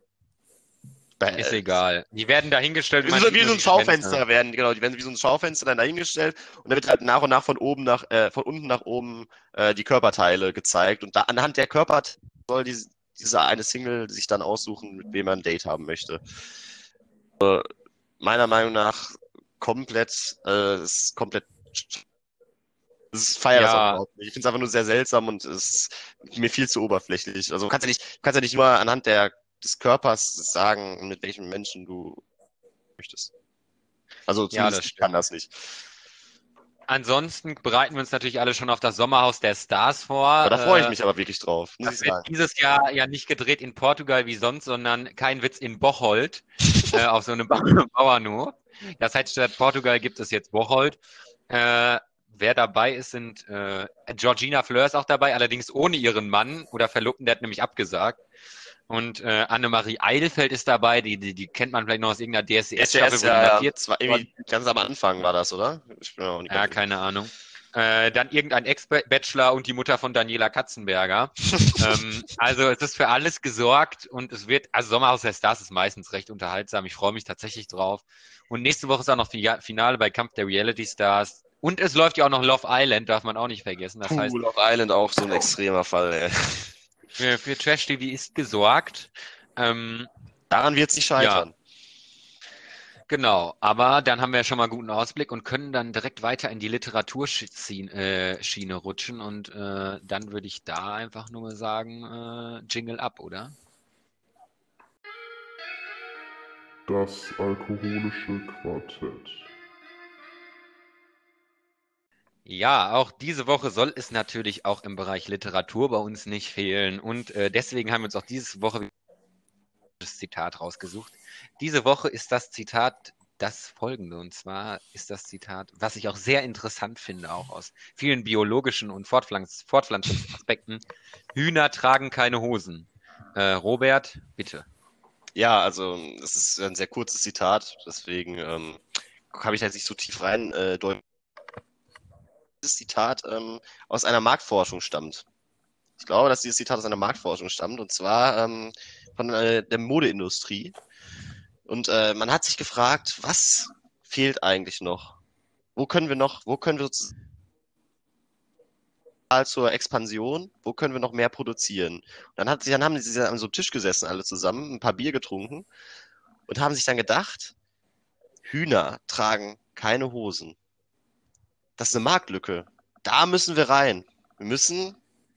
Ist egal. Die werden da hingestellt und man
wie
sieht
so
nur
ein
die
Schaufenster
Schwänze.
werden, genau, die werden wie so ein Schaufenster dann dahingestellt und dann wird halt nach und nach von unten nach oben die Körperteile gezeigt und da anhand der Körperteile soll diese eine Single sich dann aussuchen, mit wem er ein Date haben möchte. Meiner Meinung nach ist komplett, feiert das auch
Ja,
überhaupt nicht. Ich finde es einfach nur sehr seltsam und es ist mir viel zu oberflächlich. Also du kannst ja nicht nur anhand des Körpers sagen, mit welchem Menschen du möchtest. Also
ja,
zumindest
das
ich kann
stimmt.
das nicht.
Ansonsten bereiten wir uns natürlich alle schon auf das Sommerhaus der Stars
Ja,
vor.
da freue ich mich aber wirklich drauf, muss ich
Das wird
sagen.
dieses Jahr ja nicht gedreht in Portugal wie sonst, sondern kein Witz in Bocholt, auf so einem Bauernhof. Das heißt, statt Portugal gibt es jetzt Bocholt. Wer dabei ist, sind Georgina Fleur ist auch dabei, allerdings ohne ihren Mann oder Verlobten, der hat nämlich abgesagt. Und Annemarie Eilfeld ist dabei, die kennt man vielleicht noch aus irgendeiner DSDS-Staffel,
SDS,
wo die
ja,
mal
ja.
viert
Das war
worden.
irgendwie ganz am Anfang war das, oder? Ich bin auch nicht
Ja,
ganz sicher.
keine Ahnung. Dann irgendein Ex-Bachelor und die Mutter von Daniela Katzenberger. Also es ist für alles gesorgt und also Sommerhaus der Stars ist meistens recht unterhaltsam. Ich freue mich tatsächlich drauf. Und nächste Woche ist auch noch Finale bei Kampf der Reality Stars. Und es läuft ja auch noch Love Island, darf man auch nicht vergessen. Das heißt,
Love Island auch so ein extremer Fall, ey.
für Trash-TV ist gesorgt.
Daran wird es nicht
Ja,
scheitern.
genau. Aber dann haben wir ja schon mal einen guten Ausblick und können dann direkt weiter in die Literaturschiene rutschen. Und dann würde ich da einfach nur sagen, Jingle ab, oder?
Das alkoholische Quartett.
Ja, auch diese Woche soll es natürlich auch im Bereich Literatur bei uns nicht fehlen. Und deswegen haben wir uns auch diese Woche das Zitat rausgesucht. Diese Woche ist das Zitat das folgende. Und zwar ist das Zitat, was ich auch sehr interessant finde, auch aus vielen biologischen und Fortpflanzungsaspekten. Hühner tragen keine Hosen. Robert, bitte.
Ja, also es ist ein sehr kurzes Zitat, deswegen habe ich da jetzt nicht so tief rein deuten. Dieses Zitat aus einer Marktforschung stammt. Ich glaube, dass dieses Zitat aus einer Marktforschung stammt, und zwar von der Modeindustrie. Und man hat sich gefragt, was fehlt eigentlich noch? Wo können wir zur Expansion, wo können wir noch mehr produzieren? Und dann haben sie an so einem Tisch gesessen, alle zusammen, ein paar Bier getrunken und haben sich dann gedacht, Hühner tragen keine Hosen. Das ist eine Marktlücke. Da müssen wir rein. Wir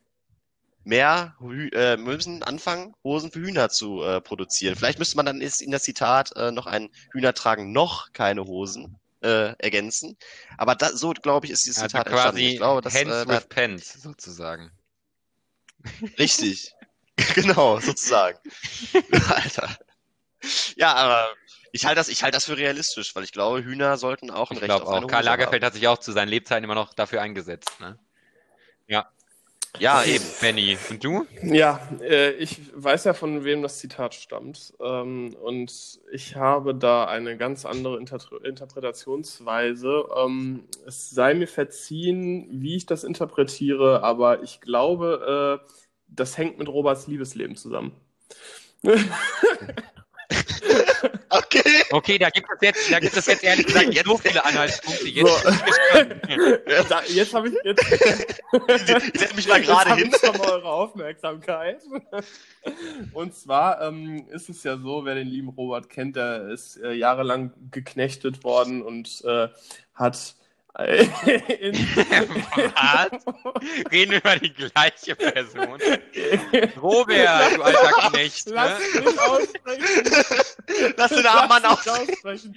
müssen anfangen, Hosen für Hühner zu produzieren. Vielleicht müsste man dann in das Zitat noch ein Hühner tragen noch keine Hosen ergänzen. Aber so, glaube ich, ist dieses
Also
Zitat entstanden. Ich
quasi
glaube,
Hands with Pens sozusagen.
richtig. Genau, sozusagen. Alter. Ja, aber ich halte das für realistisch, weil ich glaube, Hühner sollten auch ein
Ich
Recht
glaube
auf eine
auch. Karl
Hose
Lagerfeld
haben.
hat sich auch zu seinen Lebzeiten immer noch dafür eingesetzt. Ne? Ja.
Ja, eben.
Benny. Und du?
Ja, ich weiß ja, von wem das Zitat stammt. Und ich habe da eine ganz andere Interpretationsweise. Es sei mir verziehen, wie ich das interpretiere, aber ich glaube, das hängt mit Roberts Liebesleben zusammen.
Okay.
Okay, da gibt es jetzt ehrlich gesagt so viele Anhaltspunkte.
Jetzt habe ich
Ich setze mich mal gerade hin.
schon mal eure Aufmerksamkeit. Und zwar ist es ja so, wer den lieben Robert kennt, der ist jahrelang geknechtet worden und hat
Was? Reden wir über die gleiche Person? Robert, du alter Knecht.
Lass
Ne?
mich aussprechen.
Lass den armen Mann
Lass mich
aussprechen.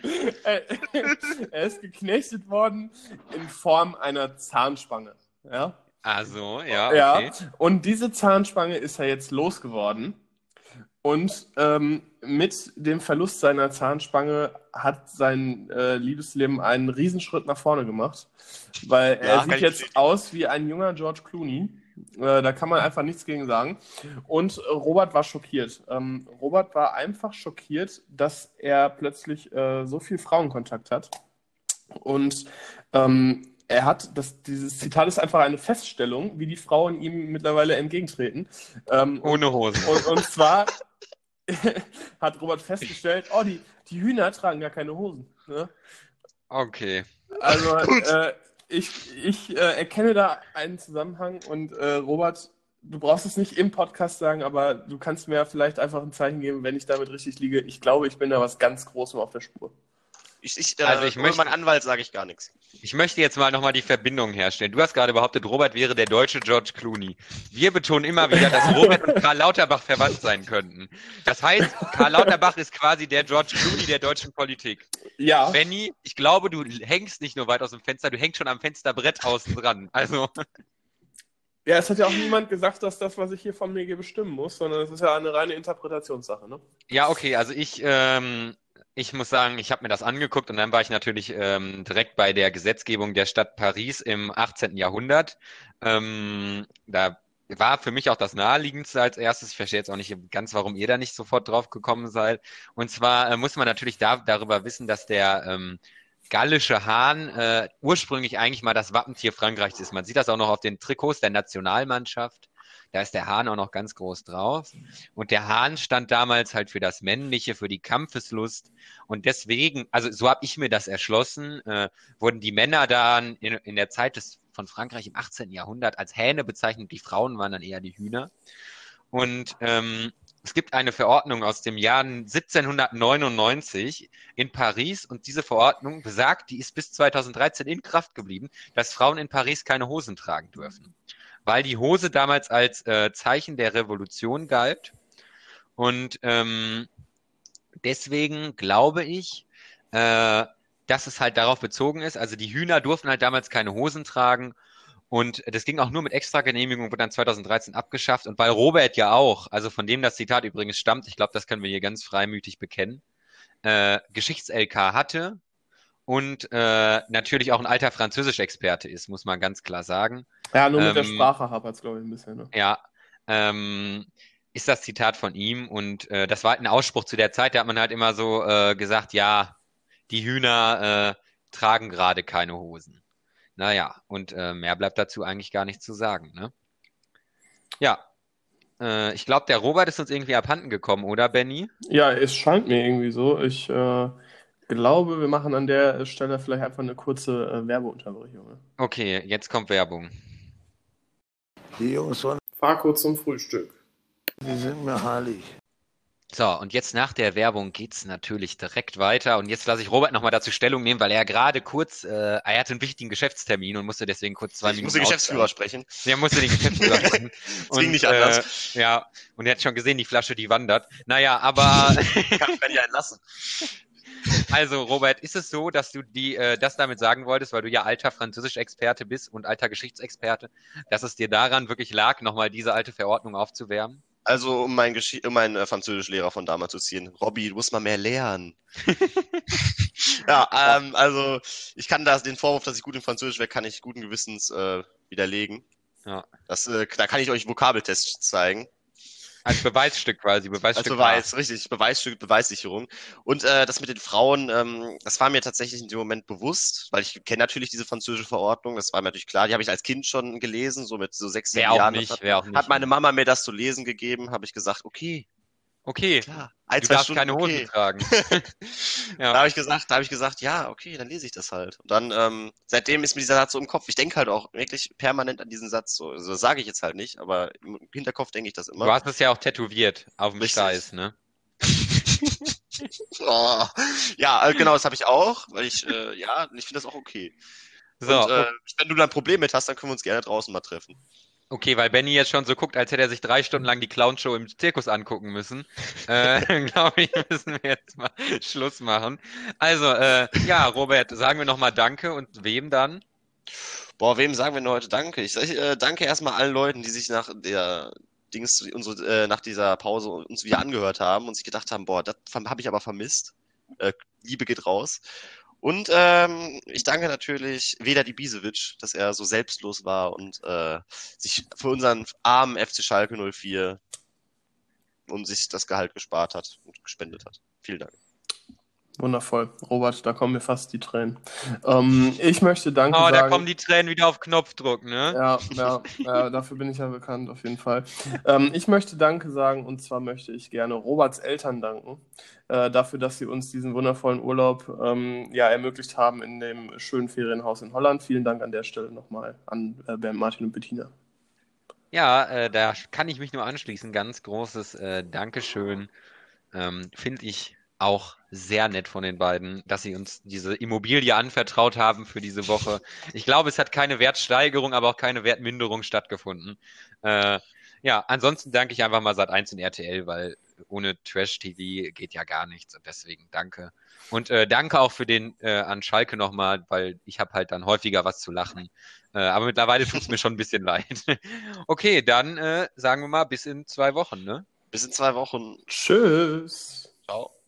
Er ist geknechtet worden in Form einer Zahnspange. Ja?
Also, ja, okay.
Ja, und diese Zahnspange ist er jetzt losgeworden. Und mit dem Verlust seiner Zahnspange hat sein Liebesleben einen Riesenschritt nach vorne gemacht. Weil er
kann
sieht
ich
jetzt
bestätigen.
aus wie ein junger George Clooney. Da kann man einfach nichts gegen sagen. Und Robert war schockiert. Robert war einfach schockiert, dass er plötzlich so viel Frauenkontakt hat. Und er hat, dieses Zitat ist einfach eine Feststellung, wie die Frauen ihm mittlerweile entgegentreten.
Ohne Hosen.
Und zwar hat Robert festgestellt, oh, die Hühner tragen gar keine Hosen. Ne?
Okay.
Also ich erkenne da einen Zusammenhang und Robert, du brauchst es nicht im Podcast sagen, aber du kannst mir vielleicht einfach ein Zeichen geben, wenn ich damit richtig liege. Ich glaube, ich bin da was ganz Großem auf der Spur.
Ich
möchte-
meinem Anwalt sage ich gar nichts.
Ich möchte jetzt mal nochmal die Verbindung herstellen. Du hast gerade behauptet, Robert wäre der deutsche George Clooney. Wir betonen immer wieder, dass Robert und Karl Lauterbach verwandt sein könnten. Das heißt, Karl Lauterbach ist quasi der George Clooney der deutschen Politik.
Ja,
Benny, ich glaube, du hängst nicht nur weit aus dem Fenster, du hängst schon am Fensterbrett außen dran. Also,
ja, es hat ja auch niemand gesagt, dass das, was ich hier von mir gebe, bestimmen muss, sondern es ist ja eine reine Interpretationssache. Ne?
ja, okay, also ich muss sagen, ich habe mir das angeguckt und dann war ich natürlich direkt bei der Gesetzgebung der Stadt Paris im 18. Jahrhundert. Da war für mich auch das Naheliegendste als erstes. Ich verstehe jetzt auch nicht ganz, warum ihr da nicht sofort drauf gekommen seid. Und zwar muss man natürlich darüber wissen, dass der gallische Hahn ursprünglich eigentlich mal das Wappentier Frankreichs ist. Man sieht das auch noch auf den Trikots der Nationalmannschaft. Da ist der Hahn auch noch ganz groß drauf. Und der Hahn stand damals halt für das Männliche, für die Kampfeslust. Und deswegen, also so habe ich mir das erschlossen, wurden die Männer dann in der Zeit von Frankreich im 18. Jahrhundert als Hähne bezeichnet. Die Frauen waren dann eher die Hühner. Und es gibt eine Verordnung aus dem Jahr 1799 in Paris und diese Verordnung besagt, die ist bis 2013 in Kraft geblieben, dass Frauen in Paris keine Hosen tragen dürfen. Weil die Hose damals als Zeichen der Revolution galt. Und deswegen glaube ich, dass es halt darauf bezogen ist. Also die Hühner durften halt damals keine Hosen tragen. Und das ging auch nur mit Extragenehmigung, wurde dann 2013 abgeschafft. Und weil Robert ja auch, also von dem das Zitat übrigens stammt, ich glaube, das können wir hier ganz freimütig bekennen, Geschichts-LK hatte und natürlich auch ein alter Französisch-Experte ist, muss man ganz klar sagen.
Ja, nur mit der Sprache hapert es, glaube ich, ein bisschen. Ne?
Ja, ist das Zitat von ihm und das war halt ein Ausspruch zu der Zeit, da hat man halt immer so gesagt, ja, die Hühner tragen gerade keine Hosen. Naja, und mehr bleibt dazu eigentlich gar nicht zu sagen, ne? Ja, ich glaube, der Robert ist uns irgendwie abhanden gekommen, oder, Benny?
Ja, es scheint mir irgendwie so. Ich glaube, wir machen an der Stelle vielleicht einfach eine kurze Werbeunterbrechung. Ne?
Okay, jetzt kommt Werbung.
Die Jungs von,
Fahr kurz zum Frühstück.
die sind mir heilig.
So, und jetzt nach der Werbung geht's natürlich direkt weiter. Und jetzt lasse ich Robert nochmal dazu Stellung nehmen, weil er gerade kurz, er hatte einen wichtigen Geschäftstermin und musste deswegen kurz 2
Ich
Minuten
muss den Geschäftsführer sprechen.
Er musste den Geschäftsführer sprechen.
Es ging nicht anders.
Ja, und er hat schon gesehen, die Flasche, die wandert. Naja, aber
Kann ich entlassen.
also Robert, ist es so, dass du das damit sagen wolltest, weil du ja alter Französisch-Experte bist und alter Geschichtsexperte, dass es dir daran wirklich lag, nochmal diese alte Verordnung aufzuwärmen?
Also, um meinen Französischlehrer von damals zu ziehen. Robby, du musst mal mehr lernen. Ja, also, ich kann den Vorwurf, dass ich gut in Französisch wäre, kann ich guten Gewissens widerlegen.
Ja.
Da kann ich euch Vokabeltests zeigen.
Als Beweisstück quasi,
Als
Beweisstück
Beweis, richtig, Beweisstück, Beweissicherung. Und das mit den Frauen, das war mir tatsächlich in dem Moment bewusst, weil ich kenne natürlich diese französische Verordnung, das war mir natürlich klar, die habe ich als Kind schon gelesen, so mit so 6, 7 Jahren.
Wer auch nicht.
Hat meine Mama mir das zu lesen gegeben, habe ich gesagt, okay,
Okay,
klar,
du darfst keine Hose tragen.
Da habe ich gesagt, ja, okay, dann lese ich das halt. Und dann, seitdem ist mir dieser Satz so im Kopf. Ich denke halt auch wirklich permanent an diesen Satz so. Also das sage ich jetzt halt nicht, aber im Hinterkopf denke ich das immer.
Du hast es ja auch tätowiert auf dem
Richtig.
Steiß, ne?
Oh. Ja, genau, das habe ich auch, weil ich finde das auch okay.
So,
Und wenn du da ein Problem mit hast, dann können wir uns gerne draußen mal treffen.
okay, weil Benny jetzt schon so guckt, als hätte er sich 3 Stunden lang die Clownshow im Zirkus angucken müssen. Glaube ich, müssen wir jetzt mal Schluss machen. Also, ja, Robert, sagen wir nochmal Danke und wem dann?
Boah, wem sagen wir denn heute Danke? Ich danke erstmal allen Leuten, die sich nach dieser Pause uns wieder angehört haben und sich gedacht haben, boah, das habe ich aber vermisst. Liebe geht raus. Und ich danke natürlich Vedat Ibisevic, dass er so selbstlos war und sich für unseren armen FC Schalke 04 und sich das Gehalt gespart hat und gespendet hat. Vielen Dank.
Wundervoll. Robert, da kommen mir fast die Tränen. Ich möchte Danke sagen.
Da kommen die Tränen wieder auf Knopfdruck, ne?
Ja, dafür bin ich ja bekannt, auf jeden Fall. Ich möchte Danke sagen, und zwar möchte ich gerne Roberts Eltern danken, dafür, dass sie uns diesen wundervollen Urlaub ermöglicht haben in dem schönen Ferienhaus in Holland. Vielen Dank an der Stelle nochmal an Bernd, Martin und Bettina.
Ja, da kann ich mich nur anschließen. Ganz großes Dankeschön. Finde ich auch sehr nett von den beiden, dass sie uns diese Immobilie anvertraut haben für diese Woche. Ich glaube, es hat keine Wertsteigerung, aber auch keine Wertminderung stattgefunden. Ansonsten danke ich einfach mal Sat.1 und RTL, weil ohne Trash-TV geht ja gar nichts und deswegen danke. Und danke auch für den an Schalke nochmal, weil ich habe halt dann häufiger was zu lachen. Aber mittlerweile tut es mir schon ein bisschen leid. Okay, dann sagen wir mal bis in 2 Wochen, ne?
Bis in 2 Wochen.
Tschüss.
Ciao.